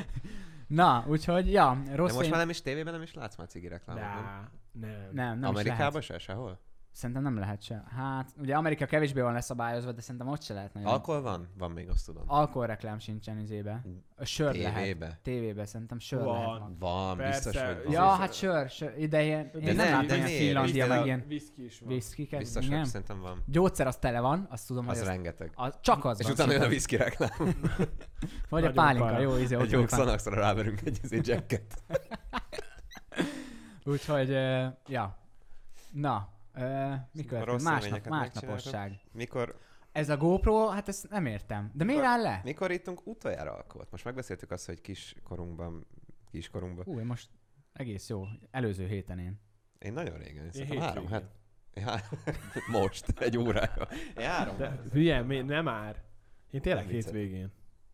Na, úgyhogy, ja, De rossz most én... már nem is tévében nem is látsz már cigi reklámot, nem? Nah, nem. Nem, nem is Amerikában lehet. se, sehol? Szerintem nem lehet se. Hát, ugye Amerika kevésbé van leszabályozva, de szerintem ott se lehet nagyon. Alkohol van? Van még, azt tudom. Alkoholreklám sincsen izébe. A sör lehet. Tévébe? Tévébe szerintem sör Van. lehet. Van, Persze. biztos, hogy van. Ja, hát sör, sör. Ide ilyen, De én ne- nem látom de ilyen miért? Finlandia, Biztos- meg ilyen Whisky is van. whisky Biztos, igen. hogy szerintem van. Gyógyszer az tele van, azt tudom, hogy Az az, rengeteg. az, csak az És van. utána jön a szerintem. whisky reklám. Vagy a Nagyon pálinka, para. jó, izé, ott Egy jó vagyok a- Xanaxra ráverünk egy izé jacket. Úgyhogy, uh, ja. Na, uh, mi következik? rossz Másnap, élményeket másnaposság. Mikor, Ez a GoPro, hát ezt nem értem. De miért áll le? mikor ittunk utoljára alkoholt? Most megbeszéltük azt, hogy kiskorunkban, kiskorunkban. Hú, én most egész jó. Előző héten én. Én nagyon régen, Én szerintem három, hétvégén. hát én há- most, egy órája. Én három. De hülye, mi, nem ár. Én tényleg Nem viccelek. hétvégén.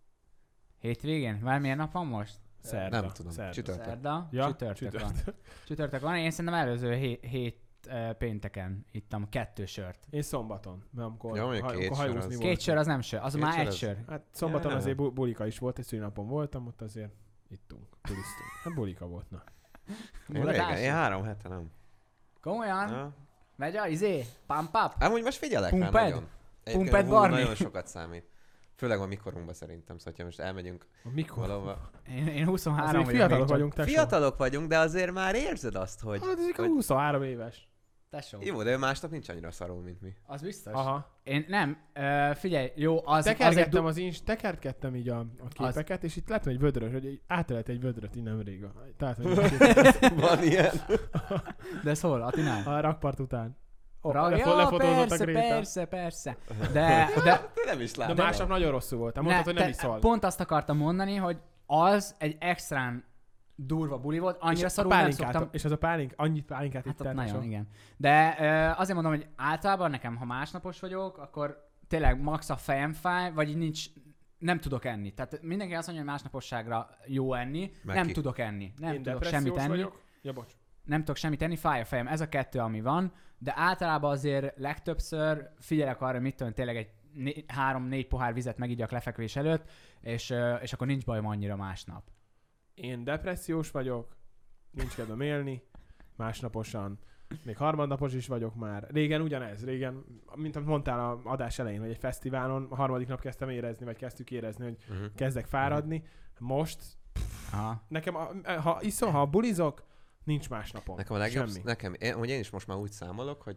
Hétvégén? Már milyen nap van most? Szerda. Nem tudom. Szerda. Csütörtök. Szerda? Ja, Csütörtök, csütörtök. van. Csütörtök van. Én szerintem előző hét, hét uh, pénteken ittam kettő sört. Én szombaton, mert amikor, Ja, mondjuk ha, két amikor sör hajózni az- volt. Két sör az nem sör, az Két már sör egy az- sör. Hát szombaton Ja, nem. azért bu- bulika is volt, egy szülinapon voltam, ott azért ittunk, turiztunk. Hát bulika volt, na. Én régen, Mulatás? én három hete nem. Komolyan? Ja. Megy a izé? Pump up? Amúgy most figyelek rá Pumped? nagyon. Egyébként, Pumped hú, Barni? Nagyon sokat számít. Főleg a mikorunkban szerintem, szóval ha most elmegyünk Mikor? valahova. Én, én huszonhárom Azért vagyok. fiatalok még csak. vagyunk, tesó. Fiatalok vagyunk, de azért már érzed azt, hogy... Hát ezek a hogy- huszonhárom éves. Tesó. Jó, de ő másnap nincs annyira szarul, mint mi. Az biztos. Aha. Én nem, uh, figyelj, jó, az, az egy Tekergettem du- az ins, tekergettem így a, a képeket, és itt láttam egy vödrös, hogy így átelet egy vödröt innen rég. Tehát, hogy Van ilyen. De ez hol, Atinál? a rakpart után. Oh, Rag... lefo- Ja, lefotózott a persze, Gréta. persze, persze. De, de Nem is De látom. másnap nagyon rosszul voltam. Mondtad, hogy nem te- iszol. Pont azt akartam mondani, hogy az egy extrán durva buli volt, annyira és, a szarul nem pálinkát, szoktam. és az a pálink, annyit pálinkát Hát itt ott el, nagyon, tesó. igen. De uh, azért mondom, hogy általában nekem, ha másnapos vagyok, akkor tényleg max a fejem fáj, vagy így nincs, nem tudok enni. Tehát mindenki azt mondja, hogy másnaposságra jó enni, Meg nem ki. tudok enni. Nem Én tudok depressziós semmit enni. vagyok. Ja, bocs. Nem tudok semmit enni, fáj a fejem. Ez a kettő, ami van, de általában azért legtöbbször figyelek arra, mit tudom, tényleg egy né- három-négy pohár vizet megigyak lefekvés előtt, és, ö, és akkor nincs bajom annyira másnap. Én depressziós vagyok, nincs kedvem élni, másnaposan, még harmadnapos is vagyok már. Régen ugyanez, régen, mint amit mondtál a adás elején, hogy egy fesztiválon a harmadik nap kezdtem érezni, vagy kezdtük érezni, hogy Uh-huh. kezdek fáradni. Most Aha. nekem, a, ha iszom, ha bulizok, nincs másnapom. Nekem a legjobb, Semmi. nekem, én, hogy én is most már úgy számolok, hogy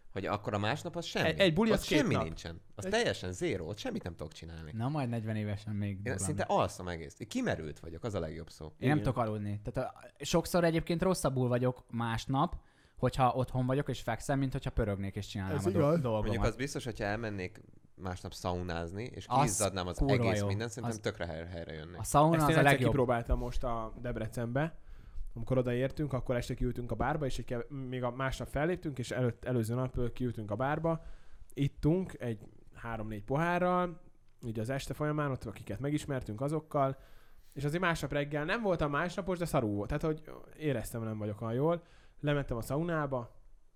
hogy akkor a másnap az semmi. Egy, egy buli az ott két semmi nap. nincsen. Az Egy... teljesen zéró, ott semmit nem tudok csinálni. Na majd negyven évesen még. Én szinte alszom egész. Én kimerült vagyok, az a legjobb szó. Én Igen. nem tudok aludni. Tehát a, sokszor egyébként rosszabbul vagyok másnap, hogyha otthon vagyok és fekszem, mint hogyha pörögnék és csinálnám Ez a do- igaz. dolgomat. Mondjuk az biztos, hogyha elmennék másnap szaunázni, és Az kiizzadnám az kurva egész jó. mindent, szerintem Az- tökre helyre, helyre jönnek. A sauna Ezt az én a egyszer legjobb. kipróbáltam most a Debrecenbe, amikor odaértünk, akkor este kiültünk a bárba, és egy kev- még a másnap felléptünk, és előtt, előző nap ö, kiültünk a bárba, ittunk egy három-négy pohárral, így az este folyamán, ott akiket megismertünk azokkal, és azért másnap reggel nem voltam másnapos, de szarú volt. Tehát, hogy éreztem, nem vagyok olyan jól. Lementem a szaunába,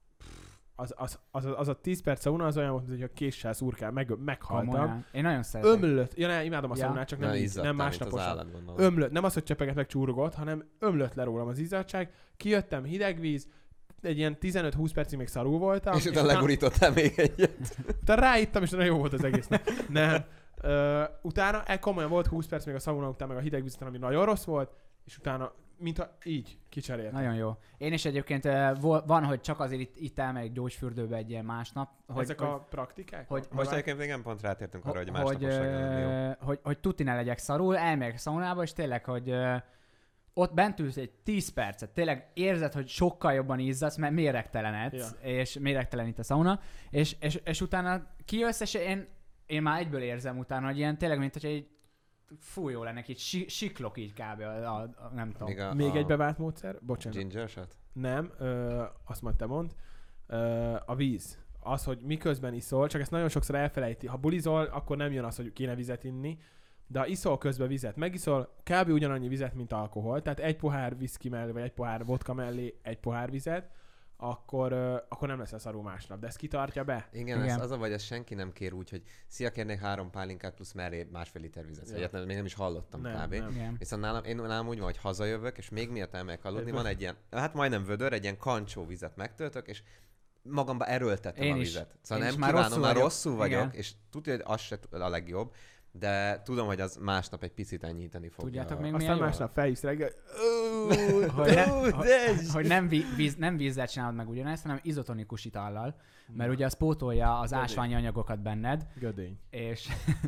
az, az, az, az, az a tíz perc szauna az olyan volt, mint hogy a késsel szurkál, meg, meghaltam. Komolyan. Én nagyon szeretem. Ömlött, ja, ne, imádom a Ja. szaunát, csak nem, Na, így, izzadtál, nem mint az másnaposan. állat, gondolom. Ömlött, nem az, hogy csepeget meg csúrogott, hanem ömlött le rólam az izzadság. Kijöttem, hideg víz, egy ilyen tizenöt-húsz percig még szarul voltam. És utána legurítottál még egyet. utána ráittam, és nagyon jó volt az egész nap. Nem. Ö, utána el komolyan volt húsz perc még a szauna után, meg a hideg víz után, ami nagyon rossz volt, és utána, mintha így kicseréltem. Nagyon jó. Én is egyébként eh, vo- van, hogy csak azért itt, itt elmegyek gyógyfürdőbe egy ilyen másnap. Hogy, Ezek hogy, a praktikák? hogy- Most egyébként még nem pont rátértünk arra, hogy hogy, másnaposság jó. eh, hogy, hogy tuti ne legyek szarul, elmegyek szaunába, és tényleg, hogy eh, ott bent ülsz egy tíz percet, tényleg érzed, hogy sokkal jobban izzadsz, mert méregtelenedsz, Ja. és méregtelenít a szauna, és, és, és utána kijössz, és én, én már egyből érzem utána, hogy ilyen tényleg, mint hogy egy fú, jó lenne, így si, siklok így kb. A, a, a, nem tudom. Még, a, Még a egy bevált módszer? Bocsánat. ginger shot? Nem, ö, azt majd te mondd. Ö, a víz. Az, hogy miközben iszol, csak ezt nagyon sokszor elfelejti. Ha bulizol, akkor nem jön az, hogy kéne vizet inni, de ha iszol közben vizet, megiszol kb. Ugyanannyi vizet, mint alkohol, tehát egy pohár viszki mellé, vagy egy pohár vodka mellé egy pohár vizet, akkor, ö, akkor nem lesz a szarú másnap. De ezt kitartja be? Igen, Igen. Ez az a vagy, ezt senki nem kér úgy, hogy szia, kérnék három pálinkát plusz mellé másfél liter vizet. Ja. Ja. Egyet még nem is hallottam Nem, kb. nem. Igen. Viszont nálam, én nálam úgy van, hogy hazajövök, és még miatt elmegyek aludni, Egy van vö- egy ilyen, hát majdnem vödör, egy ilyen kancsó vizet megtöltök, és magamba erőltetem Én a is. vizet. Szóval Én nem is már kívánom, rosszul már vagyok. rosszul vagyok, Igen. és tudja, hogy az se a legjobb, de tudom, hogy az másnap egy picit enyhíteni fogja. Tudjátok még Aztán milyen jó? másnap felhívsz reggel, Hogy, ne, Ó, hogy, de ez- hogy nem, vi- víz, nem vízzel csinálod meg ugyanezt, hanem izotonikus itallal, mert ugye az pótolja az Gödény. ásványi anyagokat benned, gödény. és,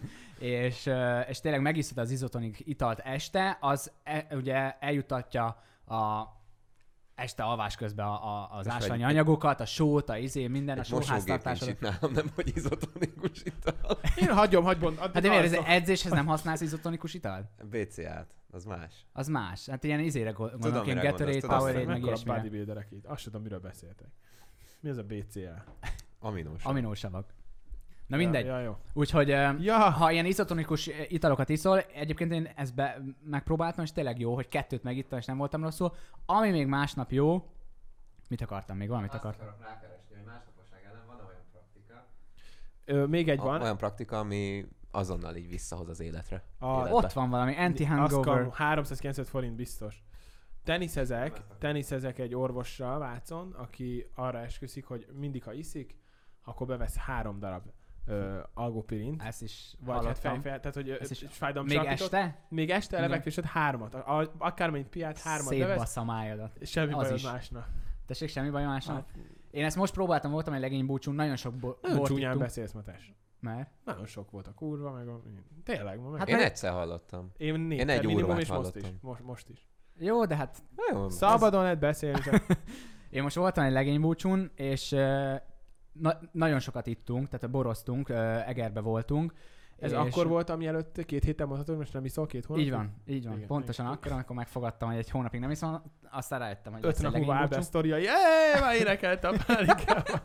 és, ö, és tényleg megiszod az izotonik italt este, az e, ugye eljutatja a este alvás közben a, a, az És ásványi egy- anyagokat, a sót, a izé, minden, a Egy mosógép nincs sóháztartásodat. itt nálam, nem, hogy izotonikus ital. Én hagyom, hagyom. Hát de miért, ez edzéshez nem használsz izotonikus italt? bé cé á-t, az más. Az más. Hát ilyen izére gond- gondolok, ilyen mire Gatorade, gondolsz, tudom, Powerade, meg Mekkora ilyesmire. bodybuilderek itt? Azt sem tudom, miről beszéltek. Mi az a bé cé á? Aminós. Aminósavak. Na mindegy. Ja, ja, jó. Úgyhogy ö, Ja, ha ilyen izotonikus italokat iszol, egyébként én ezt be, megpróbáltam, és tényleg jó, hogy kettőt megittam, és nem voltam rosszul. Ami még másnap jó, mit akartam még? Valamit akartam. akarok rákeresni, hogy másnaposság ellen van olyan praktika. ö, még egy A, van. olyan praktika, ami azonnal így visszahoz az életre. A, Életbe. Ott van valami, anti-hangover. Azt háromszázkilencvenöt forint biztos. Teniszezek, teniszezek egy orvossal Vácon, aki arra esküszik, hogy mindig, ha iszik, akkor bevesz három darab ö, algopirint. Ezt is Vagy hát hallottam. fejfej, tehát hogy Ezt is is- fájdalomcsillapítót. Még este? Még este Igen. elevekvésed hármat. A, a, akármennyit piát, hármat bevesz, Szétbassza a májadat. és semmi az bajod is. másnap. Tessék, semmi baj másnap? Hát, Én ezt most próbáltam, voltam egy legény búcsún, nagyon sok bo- nagyon bort csúnyán ittunk. beszélsz, Matás. Mert? Nagyon sok volt a kurva, meg a... Tényleg, ma meg. Hát Én mert- egyszer hallottam. én négy, én egy minimum, órát és most is. hallottam. Most, most is. Jó, de hát Na jó, Szabadon lehet beszélni, csak én most voltam egy legény búcsún, és uh, na- nagyon sokat ittunk, tehát boroztunk, uh, Egerbe voltunk. ez és akkor volt, ami előtt két héten mondhatod, most nem iszol két hónapig? Így van, így van. Igen, Pontosan igen. akkor, amikor megfogadtam, hogy egy hónapig nem iszom, aztán rájöttem, hogy Öt lesz egy nap legény múlva áll be a búcsú. sztoria, jé, már énekeltem a pálinkával.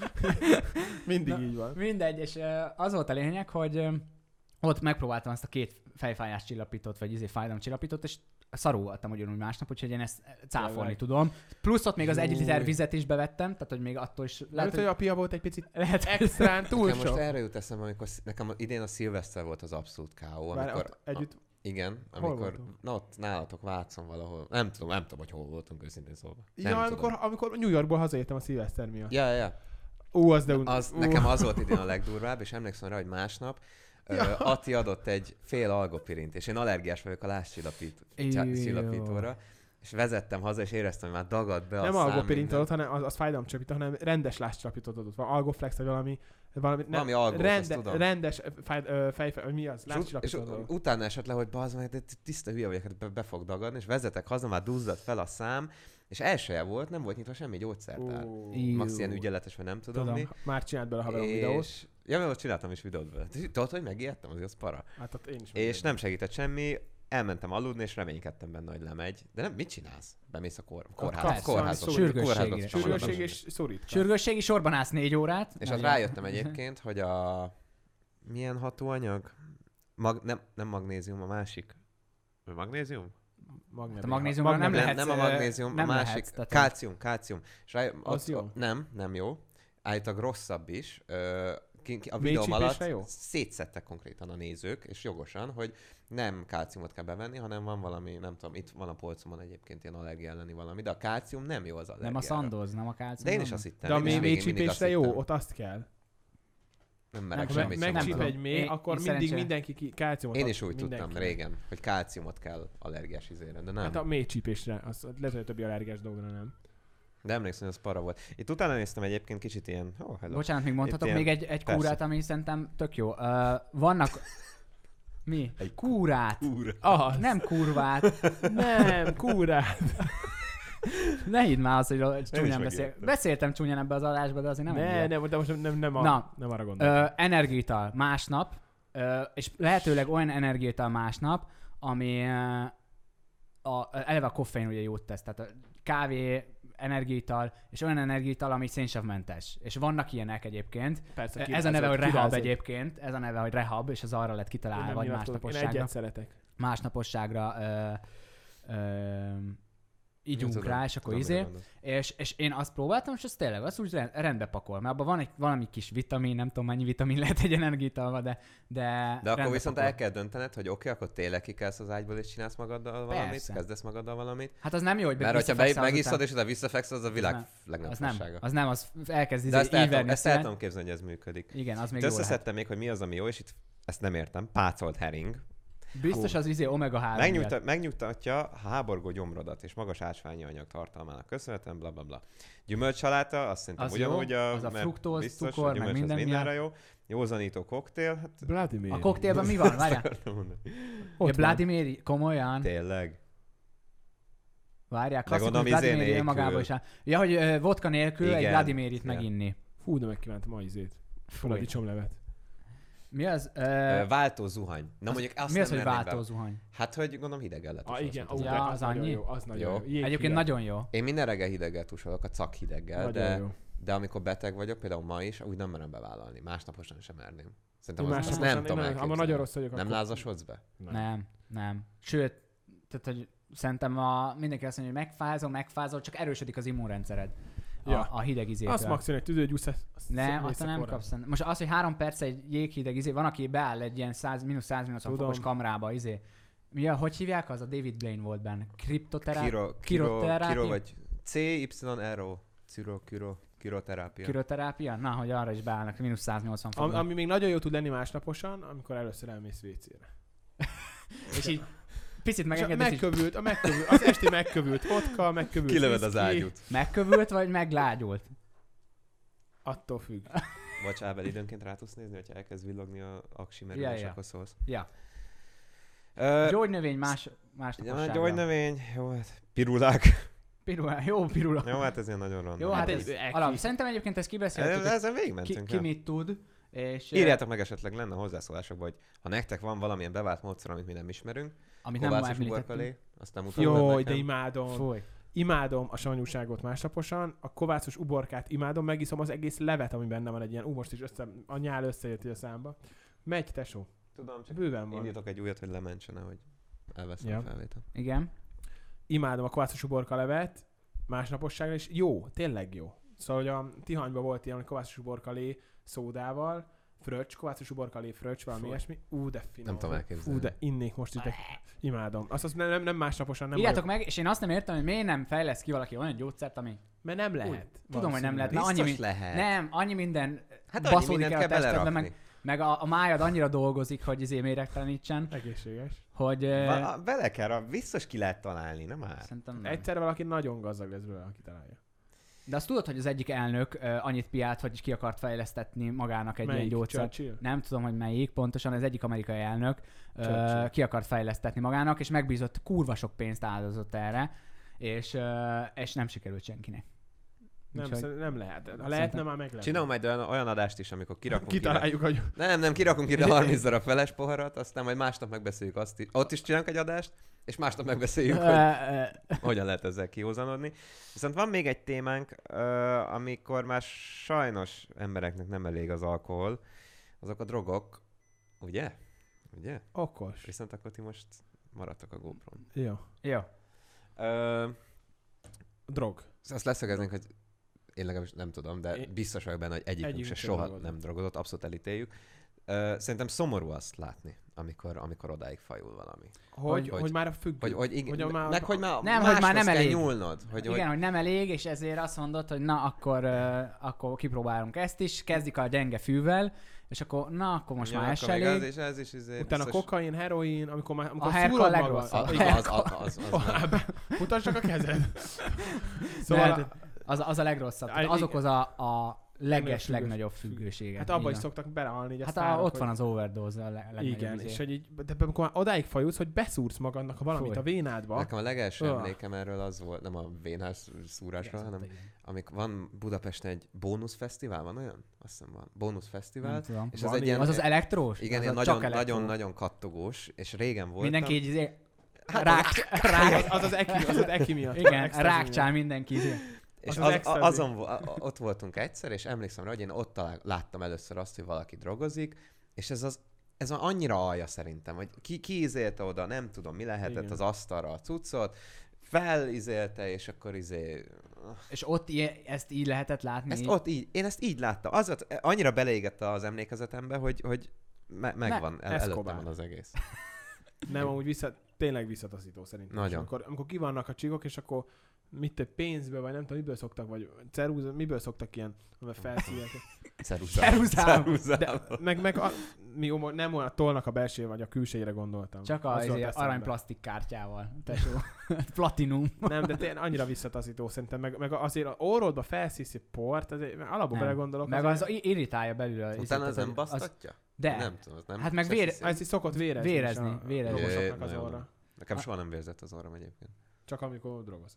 Mindig Na, így van. Mindegy, és uh, az volt a lényeg, hogy uh, ott megpróbáltam azt a két fejfájás csillapítót, vagy izé fájdalom csillapítót, és szarul voltam ugyanúgy másnap, úgyhogy én ezt cáfolni Tényleg. tudom. Plusz ott még az egy Júj. liter vizet is bevettem, tehát hogy még attól is Lehet, hogy a pia volt egy picit lehet, extrán túl Nekem most sok. erre jut eszembe, amikor sz- nekem idén a szilveszter volt az abszolút ká ó. Várj, Amikor, ott együtt, igen, Hol amikor, voltunk? na ott nálatok Vácon valahol. Nem tudom, nem tudom, hogy hol voltunk őszintén szólva. ja, Nem amikor, tudom. amikor New Yorkból hazaértem a szilveszter miatt. Ja, ja, ja. Ú, az de un... Az, ú. nekem az volt idén a legdurvább, és emlékszem rá, hogy másnap Ja. ja. Ati adott egy fél algopirint, és én allergiás vagyok a Jó. lázcsillapítóra, és vezettem haza, és éreztem, hogy már dagadt be a Nem szám. algopirint minden. adott, hanem az, az fájdalomcsapító, hanem rendes lázcsapítót adott. Van algoflex, vagy valami... Valami, Valami algót, azt tudom. rendes fáj, ö, fejfe, mi az? És, ut- és Lázcsapítót adott. utána esett le, hogy bazd meg, de tiszta hülye vagyok, hát be, be fog dagadni, és vezetek haza, már duzzadt fel a szám, és elsője volt, nem volt nyitva semmi gyógyszertár. Ó, Í- Max ilyen ügyeletes, vagy nem tudom, Tudom, mi. már csinált bele a haverom videót. És... Ja, mert ott csináltam is videót vele. Tudod, hogy megijedtem, azért az para. Hát ott én is És nem segített semmi, elmentem aludni, és reménykedtem benne, hogy lemegy. De nem, mit csinálsz? Bemész a kor, kórház, kapsz kórházba. valami sürgősségre. kórházba Sürgősség szorultam. és szorít. Sürgősségi sorban állsz négy órát. És ott rájöttem egyébként, hogy a... Milyen hatóanyag? Mag... Nem, nem magnézium, a másik. Magnézium? A magnéziumra nem Nem, lehet. nem a magnézium, nem a másik. lehetsz, tehát- Kálcium, kálcium. És rá... Az ott, jó? Ott, nem, nem jó. Állítólag rosszabb is. Ö, ki, ki, a videóm Mélycsípésre alatt jó? szétszedtek konkrétan a nézők, és jogosan, hogy nem kálciumot kell bevenni, hanem van valami, nem tudom, itt van a polcomon egyébként ilyen allergia elleni valami, de a kálcium nem jó az allergiára. Nem a szandoz, nem a kálcium. De én is nem? azt hittem. De a én is mély végig mindig azt mélycsípésre jó, hittem. ott azt kell. Nem merek Nem, Ha semmit me- sem megcsíp mondani. egy mély, Én- akkor én mindig szerencsére- mindenki ki, kálciumot Én ad is úgy tudtam mindenkinek. régen, hogy kálciumot kell allergiás izére, de nem. Hát a mélycsípésre, az lehet, hogy a többi allergiás dolgra nem. De emlékszem, hogy az para volt. Itt utána néztem egyébként kicsit ilyen... Oh, hello. Bocsánat, még mondhatok Itt még ilyen- egy, egy persze. kúrát, ami szerintem tök jó. Uh, vannak... Mi? Egy Kúrát. Úr. Az. Nem kurvát. Nem, kúrát. Ne hidd már azt, hogy csúnyán beszél. megértem. Beszéltem csúnyán ebbe az adásba, de azért nem Ne, ennyire. nem, de most nem, nem, a, Na. nem arra gondoltam. Ö, energiaital másnap, ö, és lehetőleg olyan energiaital másnap, ami ö, a, eleve a koffein ugye jót tesz, tehát a kávé, energiaital, és olyan energiaital, ami szénsavmentes. És vannak ilyenek egyébként. Persze, Ez a kirázott, neve, hogy rehab kirázott. egyébként, ez a neve, hogy rehab, és az arra lett Én kitalálva, nem vagy nyilatkozok. Én másnaposságra. egyet szeretek. Másnaposságra ö, ö, ígyunk Tudom, rá, és akkor tudom, izé. mire gondolsz. És, és én azt próbáltam, és az tényleg, azt úgy rend, rendbe pakol. Mert abban van egy valami kis vitamin, nem tudom mennyi vitamin lehet egy energiaitalva, de, de De akkor rendbe viszont pakol. el kell döntened, hogy oké, okay, akkor tényleg kikelsz az ágyból és csinálsz magaddal valamit, Persze. kezdesz magaddal valamit. Hát az nem jó, hogy Mert hogyha be, visszafekszel megiszod azután. és utána visszafekszed, az a világ nem. legnagyobb Az nem, fassága. az nem, az elkezd De izé ezt el, tudom, íverni ezt el szíven. tudom képzelni, hogy ez működik. Igen, az még Itt jó lehet. összeszedtem még, hogy mi az, ami jó, és itt ezt nem értem. Pácolt hering. Biztos az izé omega három miatt. Megnyugta, megnyugtatja a háborgó gyomrodat és magas ásványi anyag tartalmának köszönhetően, bla bla bla. Gyümölcsaláta, azt szerintem Az jó, ugyanúgy, a, az a mert fruktóz, biztos, cukor, a gyümölcs meg az minden mindenre jó. Józanító koktél, hát Vladimir. A koktélben mi van? Várjál. akartam mondani. Ott Ja, van. Vladimir, komolyan? Tényleg. Várjál, Meg klasszikus gondolom, izé Vladimir nélkül. magában is áll. Ja, hogy ö, vodka nélkül egy Igen. Vladimirit Igen. meginni. Fú, de megkívántam a izét. Paradicsomlevet. Mi az? Ö, Ö, Váltó zuhany. Na az- mondjuk azt mi az, nem hogy venném váltó be. zuhany? Hát, hogy gondolom hideggel lehet. Ah, igen, tusolni. ó, Ja, de az nagyon annyi? jó, az nagyon Jó. jó. Jég Egyébként hideg. nagyon jó. Én minden reggel hideggel tusolok, a cak hideggel, Nagyon de, jó. de amikor beteg vagyok, például ma is, úgy nem merem bevállalni. Másnaposan sem merném. Szerintem Én az, más azt naposan- nem tudom én nagyon- abban nagyon elképzelni. rossz vagyok. Nem akkor- lázasodsz be? Nem, nem. Sőt, tehát, hogy szerintem a, mindenki azt mondja, hogy megfázol, megfázol, csak erősödik az immunrendszered. A, Ja. a hideg izétől. Azt maximum egy tüdőgyújsz, azt Nem, azt nem kapsz. Most az, hogy három perc egy jéghideg izé, van, aki beáll egy ilyen száz, mínusz száznyolcvan Tudom. fokos kamrába, izé. Mi a, hogy hívják az? A David Blaine volt benne. Kriptoterápia? Kiro, kiro, Kiroterápia? kiro vagy C Y R O. Ciro, kiro, kiroterápia. Kiroterápia? Na, hogy arra is beállnak, mínusz száznyolcvan Am, fokban. ami még nagyon jó tud lenni másnaposan, amikor először elmész vécére. És így picit És a megengedesz, így megkövült, a megkövült, az esti megkövült vodka, megkövült Kilöved az whisky, ágyút. megkövült, vagy meglágyult? Attól függ. Bocs, Ábel, időnként rá tudsz nézni, hogyha elkezd villogni a aksi merül, Ja, és ja. akkor szólsz. Ja. Ö, Gyógynövény más, ja, másnaposságra. gyógynövény, jó, hát pirulák. Pirula, jó pirula. Jó, hát ez ilyen nagyon random. Jó, hát egy ez ekvi. alap. Szerintem egyébként ezt kibeszéltük, hogy Ezen ki, végigmentünk. ki ja. mit tud. És, Írjátok meg esetleg lenne hozzászólásokban, hogy ha nektek van valamilyen bevált módszer, amit mi nem ismerünk, amit nem kovászos említettünk. uborkalé, azt nem mutatod Jó, nekem. de imádom. Fúj. Imádom a savanyúságot másnaposan, a kovászos uborkát imádom, megiszom az egész levet, ami benne van egy ilyen, ú, most is össze, a nyál összejött így a számba. Megy, tesó. Tudom, csak Bőven van. indítok egy újat, hogy lementsene, hogy elveszem Ja. a felvétel. Igen. Imádom a kovászos uborka levet, másnaposságra is jó, tényleg jó. Szóval, hogy a Tihanyban volt ilyen kovászos uborkalé szódával, fröccs, kovászos uborkalé fröccs, valami Fú. ilyesmi. Ú, de finom. Nem tudom elképzelni. Ú, de innék most is, de imádom. Azt, azt nem, nem, nem másnaposan, nem Írjátok vagyok. meg, és én azt nem értem, hogy miért nem fejlesz ki valaki olyan gyógyszert, ami... Mert nem lehet. Úgy, tudom, hogy nem lehet, mert Biztos annyi, mi- lehet. Nem, annyi minden Hát annyi baszódik mindent el a kell testedbe, belerakni. meg, meg a, a májad annyira dolgozik, hogy izé méregtelenítsen, Egészséges. hogy hogy... ö, Va- Vele kell, biztos ki lehet találni, nem már? Szerintem nem. Egyszer valaki nagyon gazdag lesz belőle, aki találja. De azt tudod, hogy az egyik elnök uh, annyit piált, hogy ki akart fejlesztetni magának egy Melyik? ilyen gyógyszert. Churchill? Nem tudom, hogy melyik, pontosan az egyik amerikai elnök uh, Churchill. ki akart fejlesztetni magának, és megbízott, kurva sok pénzt áldozott erre, és, uh, és nem sikerült senkinek. Nem, Úgyhogy- Úgyhogy... nem lehet. Ha Szerintem- lehetne, már meg lehet. Csinálunk majd olyan, olyan adást is, amikor kirakunk ide. Kitaláljuk, hogy Nem, nem, kirakunk ide harminc darab feles poharat, aztán majd másnap megbeszéljük azt is. Ott is csinálunk egy adást, és másnap megbeszéljük, hogy Ö, ö, hogyan lehet ezzel kihozanodni. Viszont van még egy témánk, uh, amikor már sajnos embereknek nem elég az alkohol, azok a drogok, ugye? Ugye? okos. Viszont akkor ti most maradtok a GoPron. Jó. Jó. Uh, Drog. azt leszögeznénk, hogy én legalábbis nem tudom, de Én- biztos vagyok benne, hogy egyikünk Egyikünk se sem soha drogozott. nem drogozott, abszolút elítéljük. Uh, szerintem szomorú azt látni, amikor, amikor odáig fajul valami. Hogy, Hogy- hogy, hogy már a függő. Vagy, hogy igen, Hogy a már- meg hogy már Nem, hogy már máshoz nem kell elég. nyúlnod. Hogy, Igen, hogy nem elég, és ezért azt mondod, hogy na, akkor, uh, akkor kipróbálunk ezt is, kezdik a gyenge fűvel, és akkor na, akkor most igen, már ez akkor se még elég. Az, és ez is izé, Utána biztos- kokain, heroin, amikor már amikor A herka szúrod a magad. legrosszabb. az, Igen. az, az, az, az, Oh, nem. hát, mutasd csak a kezed. Szóval Szóval, az, az a legrosszabb. Á, Tehát az igen. okoz a, a leges, függős- legnagyobb függőséget. hát abba Így is van. szoktak belehalni, így a Hát a, sztárok, ott hogy- van az overdose a le- legnagyobb Igen, izé. és hogy így, de amikor már odáig fajulsz, hogy beszúrsz magadnak a valamit Fúj. a vénádba. Nekem a legelső Öh. emlékem erről az volt, nem a vénás szúrásra, Igen, hanem igen. amik van Budapesten egy bónuszfesztivál, van olyan? Azt hiszem van. Bónuszfesztivál. Nem tudom. És Van az egy ilyen. ilyen... Az az elektrós? igen, az ilyen a nagyon, csak elektró. nagyon, nagyon kattogós, és régen voltam. Mindenki így izé, Hát rák, Az rák, az, az, eki, az, az eki miatt. igen, Extra rákcsál mindenki. izé. És Az az, az az, ecstasy. azon, vo- a- ott voltunk egyszer, és emlékszem rá, hogy én ott talál, láttam először azt, hogy valaki drogozik, és ez az ez van annyira alja szerintem, hogy ki, ki izélte oda, nem tudom, mi lehetett Igen. az asztalra a cuccot, felizélte, és akkor izé... És ott ilyen, ezt így lehetett látni. Ezt így. ott így, én ezt így láttam. Az volt, annyira beleégette az emlékezetembe, hogy, hogy me- megvan, el, előttem Escobar. van az egész. Nem, amúgy vissza, tényleg visszataszító szerintem. Nagyon. És Amikor, amikor kivannak a csigok, és akkor mit te pénzből, vagy nem tudom, miből szoktak, vagy ceruza, miből szoktak ilyen, amivel felszívják. Ceruzám. Ceruzám. Ceruzám. De meg, meg a, mi omo- nem olyan tollnak a belső, vagy a külsejére gondoltam. Csak Az az jutott izé, eszembe. arany plastik kártyával. Tesó. Platinum. Nem, de tényleg annyira visszataszító szerintem. Meg, meg azért a orrodba felszísz egy port, azért alapból Nem. belegondolok. Meg azért- az i- irritálja belül. a- Utána az az- nem az- basztatja? De. Nem tudom, az nem. Hát meg se vér- hiszem. Ez is szokott vérezni. Vérezni, is a- vérezni. a Jé, drogosoknak az nagyon orra. nem. Nekem soha nem vérzett az orrom egyébként. Csak amikor drogozol.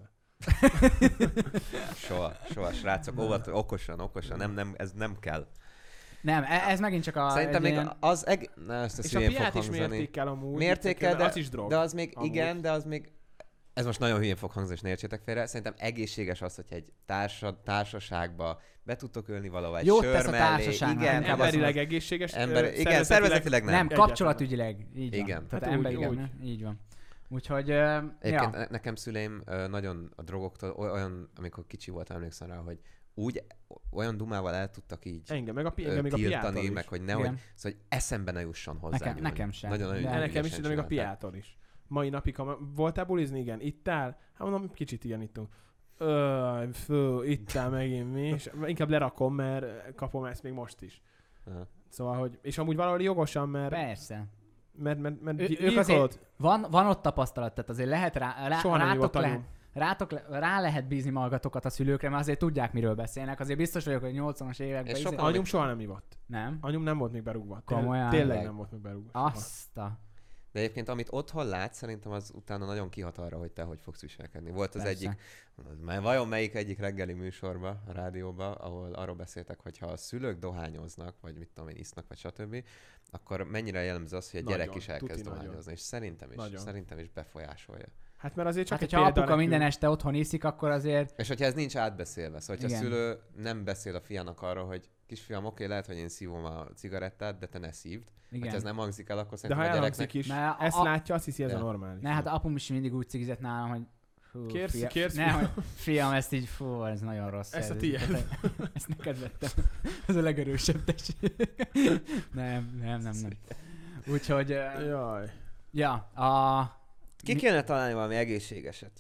Soha, soha, srácok, óvat, okosan, okosan, nem, nem, ez nem kell. Nem, e- ez megint csak a... Szerintem egy még ilyen- az eg... Na, ezt a És a hülyén fog piát is hangzani. mértékkel amúgy. Mértékkel, de, az is drog. de az még, amúgy. igen, de az még... Ez most nagyon hülyén fog hangzani, és ne értsétek félre. Szerintem egészséges az, hogyha egy társa, társaságba be tudtok ülni valahol egy Jót sör tesz a mellé. társaságnak, Igen, nem nem azt Emberileg mondom, egészséges. ember, ö, igen, szervezetileg nem. Nem, Egyáltalán. kapcsolatügyileg. Így van. Igen. Tehát Hát úgy, emberileg, úgy. ne? Így van. Úgyhogy, uh, Egyébként ja. ne- nekem szüleim ö, nagyon a drogoktól oly- olyan, amikor kicsi voltam, emlékszem rá, hogy úgy olyan dumával el tudtak így Engem, meg a, pi- ö, engem még a tiltani, piától is. meg hogy nehogy, Igen. szóval hogy eszembe ne jusson hozzá Nekem- nyúlni. nekem sem. Nagyon, nagyon De De nekem is, ügyesen de még a csinálták. piától is. Mai napig, ha voltál bulizni? Igen. Ittál? Hát mondom, kicsit ilyen ittunk. Öj, fő, ittál megint mi? És inkább lerakom, mert kapom ezt még most is. Aha. Szóval, hogy... És amúgy valahol jogosan, mert... Persze. Mert, mert, mert Ő- gy- ők azért gyilkolod. Van, van ott tapasztalat, tehát azért lehet rá, rá, Soha nem rátok, ivott le, anyum. rátok le, rá lehet bízni magatokat a szülőkre, mert azért tudják, miről beszélnek. Azért biztos vagyok, hogy nyolcvanas években... És izé- sokan- Anyum soha nem ivott. Nem? Anyum nem volt még berúgva. Té- Komolyan? Tényleg Tényleg? nem volt még berúgva. Azt a... De egyébként, amit otthon látsz, szerintem az utána nagyon kihat arra, hogy te hogy fogsz viselkedni. Volt az Persze. egyik, már vajon melyik egyik reggeli műsorba, a rádióba, ahol arról beszéltek, hogy ha a szülők dohányoznak, vagy mit tudom én, isznak, vagy stb., akkor mennyire jellemző az, hogy a gyerek Nagyon, is elkezd tuti nagyon. dohányozni. És szerintem is, Nagyon. szerintem is befolyásolja. Hát mert azért csak Hát, egy hogyha példa apuka nekünk. minden este otthon iszik, akkor azért... És hogyha ez nincs átbeszélve, szóval hogyha a Igen. szülő nem beszél a fiának arról, hogy kisfiam, oké, lehet, hogy én szívom a cigarettát, de te ne szívd. Igen. Ha ez nem hangzik el, akkor De szerintem ha a elhangzik gyereknek... is, Mert a- ezt a- látja, azt hiszi, ez Ja. a normális. Ne, hát apum is mindig úgy cigizett nálam, hogy... Fú, Kérsz- fia, kérsz, ne, fiam? hogy fiam, ezt így, fú, ez nagyon rossz. Ez a ez- tiéd. Ezt neked vettem. Ez a legerősebb, tessék. Nem, nem, nem, nem. Úgyhogy, ö, Jaj. ja, a... Ki mi- kéne találni valami egészségeset?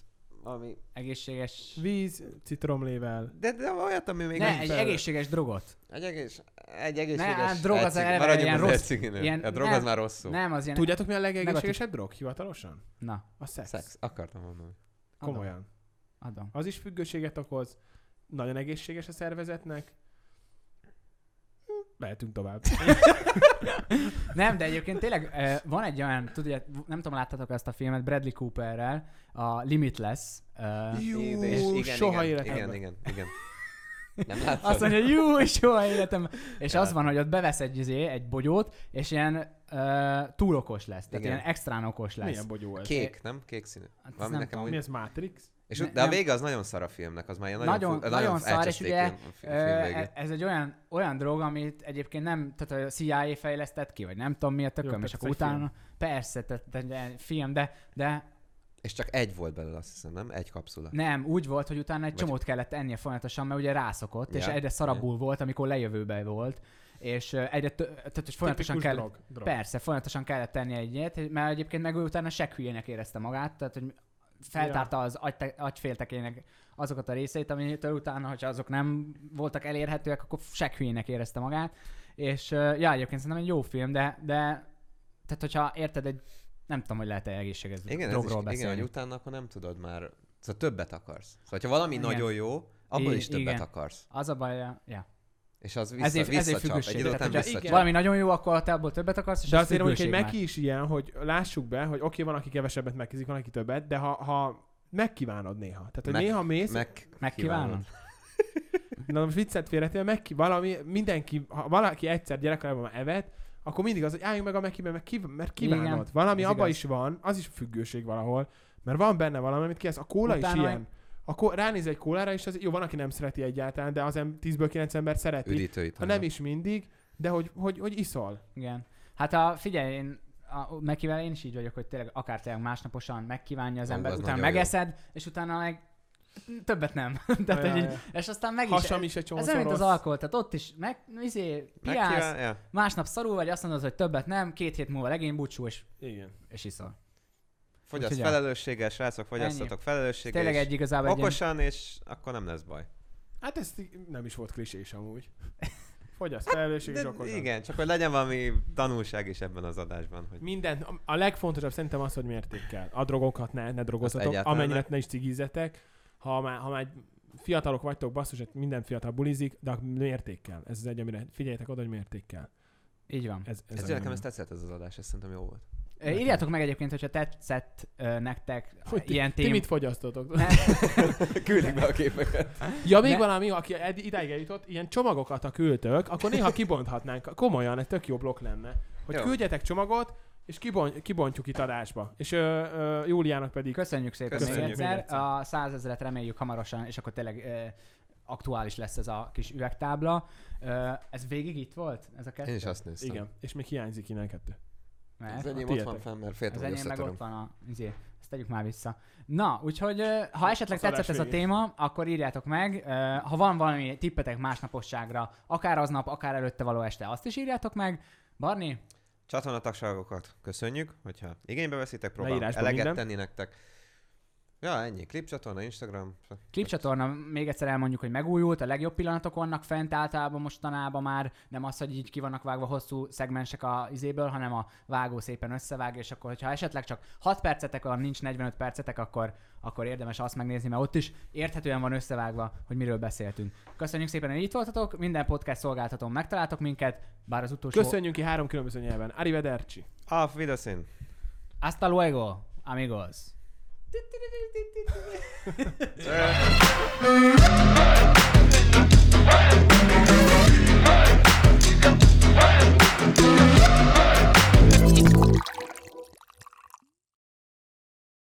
ami... Egészséges... Víz, citromlével. De, de olyat, ami még... Ne, nem egy fel- egészséges drogot. Egy egész... Egy egészséges... hát drog az egy cigi- eleve maradjunk ilyen az rossz- egy ciginél. ilyen- A drog nem, az már rosszul. Nem, az ilyen... Tudjátok mi a legegészségesebb drog hivatalosan? Na, A szex. Szex. Akartam mondani. adom. Komolyan. Adom. Az is függőséget okoz. Nagyon egészséges a szervezetnek. Hm, Mehetünk tovább. Nem, de egyébként tényleg eh, van egy olyan, tudja, nem tudom, láttatok ezt a filmet Bradley Cooperrel, a Limitless. eh, Jó, És soha igen, életemben. igen, igen, igen. Nem láttad? Azt mondja, jó, soha életem. És Ja. az van, hogy ott bevesz egy, izé, egy bogyót, és ilyen uh, túl okos lesz. Tehát Igen. ilyen extrán okos lesz. Milyen bogyó ez? Kék, nem? Kék színű. Hát Valami nem nekem tudom. úgy... Mi ez, Matrix? És, Ne- ut- de a nem. vége az nagyon szar a filmnek, az már ilyen nagyon, Nagyon, fu- nagyon szar, és elcseszték ugye ilyen a fi- film ö, végét. ez egy olyan, olyan drog, amit egyébként nem, tehát a C I A fejlesztett ki, vagy nem tudom mi a tököm, Jó, és tehát akkor ez egy utána, persze, tehát, tehát egy film, de, de És csak egy volt belőle, azt hiszem, nem? Egy kapszula. nem, úgy volt, hogy utána egy Vagy- csomót kellett ennie folyamatosan, mert ugye rászokott, és Ja. egyre szarabbul volt, amikor lejövőbe volt, és ö, egyre, tö- tehát hogy folyamatosan Tipikus kellett, drog. drog. persze, folyamatosan kellett tennie egy ilyet, mert egyébként meg ő utána sekk érezte magát, tehát hogy feltárta az agyte, agyféltekének azokat a részeit, amitől utána, hogyha azok nem voltak elérhetőek, akkor sekk érezte magát. És uh, ja, egyébként szerintem egy jó film, de, de tehát hogyha érted, egy nem tudom, hogy lehet-e egészséges Igen, ez is, drogról igen, beszélni. hogy utána akkor nem tudod már, szóval többet akarsz. Szóval, ha valami Igen. nagyon jó, abból I- is többet igen. akarsz. Az a baj, ja. És az vissza, Ezért, ezért visszacsap, függőség. egy idő Tehát, után hogyha visszacsap. valami nagyon jó, akkor te abból többet akarsz, és De az azért mondjuk egy függőség Meki is ilyen, hogy lássuk be, hogy oké, van, aki kevesebbet megkizik, van, aki többet, de ha, ha megkívánod néha. Tehát, hogy Meg- néha mész, Meg, Megkívánod? na most viccet félretéve, meg valami, mindenki, ha valaki egyszer gyerekkorában már evett, akkor mindig az, hogy álljunk meg a Mekiben, meg kív- mert kívánod. Igen, Valami ez abba igaz. is van, az is függőség valahol, mert van benne valami, amit kiesz. A kóla Utána is meg- ilyen. A kó- ránéz egy kólára, és az, jó, van, aki nem szereti egyáltalán, de az em- tízből kilenc ember szereti. üdítőit. Ha nem is mindig, de hogy, hogy, hogy iszol. Igen. Hát a, figyelj, én a Mekivel én is így vagyok, hogy tényleg akár tényleg másnaposan megkívánja az Ó, ember, az utána nagyon jó. megeszed, és utána meg többet nem. Tehát, Ja, hogy ja. így, és aztán meg is... Hasam is egy Ez csomószor olyan, mint az rossz. alkohol, tehát ott is meg, izé, piálsz, Megkíván, ja. másnap szarul vagy, azt mondod, hogy többet nem, két hét múlva legény búcsú, és, Igen. és iszol. Fogyaszt Úgyhogy ja. felelősséggel, srácok, fogyasztatok Ennyi. felelősséggel. Tényleg és egy igazából egy ilyen, Okosan, és akkor nem lesz baj. Hát ez nem is volt klisés amúgy. Fogyaszt felelősség és De okosan. igen, csak hogy legyen valami tanulság is ebben az adásban. Hogy Minden, a- a legfontosabb szerintem az, hogy mértékkel. A drogokat ne, ne drogozzatok, egyáltalán amennyire ne. ne is cigizzetek. Ha már, ha már fiatalok vagytok, basszus, hogy minden fiatal bulizik, de mértékkel. Ez az egy, amire figyeljetek oda, hogy mértékkel. így van. Ez, ez, ez a nekem nyom. ez tetszett ez az adás, ez szerintem jó volt. Ö, Írjátok meg egyébként, hogyha tetszett ö, nektek Hogy ti, ilyen ti tém... mit fogyasztotok? Ne- Küldik be a képeket. Ja, még De- valami, aki ed- idáig eljutott, ilyen csomagokat, ha küldtök, akkor néha kibonthatnánk. Komolyan, ez tök jó blokk lenne. Hogy Jó. küldjetek csomagot, és kibont, kibontjuk itt adásba. És ö, ö, Júliának pedig Köszönjük szépen Köszönjük még egyszer. még egyszer. A százezret reméljük hamarosan, és akkor tényleg ö, aktuális lesz ez a kis üvegtábla. Ö, ez végig itt volt? Ez a kettő? Én is azt néztem. igen, és még hiányzik innen kettő. Mert Az enyém a ott van tiétek. fenn, mert féltem, az hogy enyém meg ott összetöröm. van a... Izé, ezt tegyük már vissza. Na, úgyhogy ö, ha esetleg Az adás tetszett ez a végén. téma, akkor írjátok meg. Ö, Ha van valami tippetek másnaposságra, akár aznap, akár előtte való este, azt is írjátok meg. Barni, Csatornatagságokat köszönjük, hogyha igénybe veszitek, próbálunk Leírásban eleget minden. tenni nektek. Ja, ennyi. Klipcsatorna, Instagram. klipcsatorna, még egyszer elmondjuk, hogy megújult, a legjobb pillanatok vannak fent általában mostanában már, nem az, hogy így ki vannak vágva hosszú szegmensek a izéből, hanem a vágó szépen összevág, és akkor, hogyha esetleg csak hat percetek van, nincs negyvenöt percetek, akkor, akkor érdemes azt megnézni, mert ott is érthetően van összevágva, hogy miről beszéltünk. Köszönjük szépen, hogy itt voltatok, minden podcast szolgáltatón megtaláltok minket, bár az utolsó... Köszönjük ki három különböző nyelven. Arrivederci. Auf Wiedersehen. Hasta luego, amigos! Ö,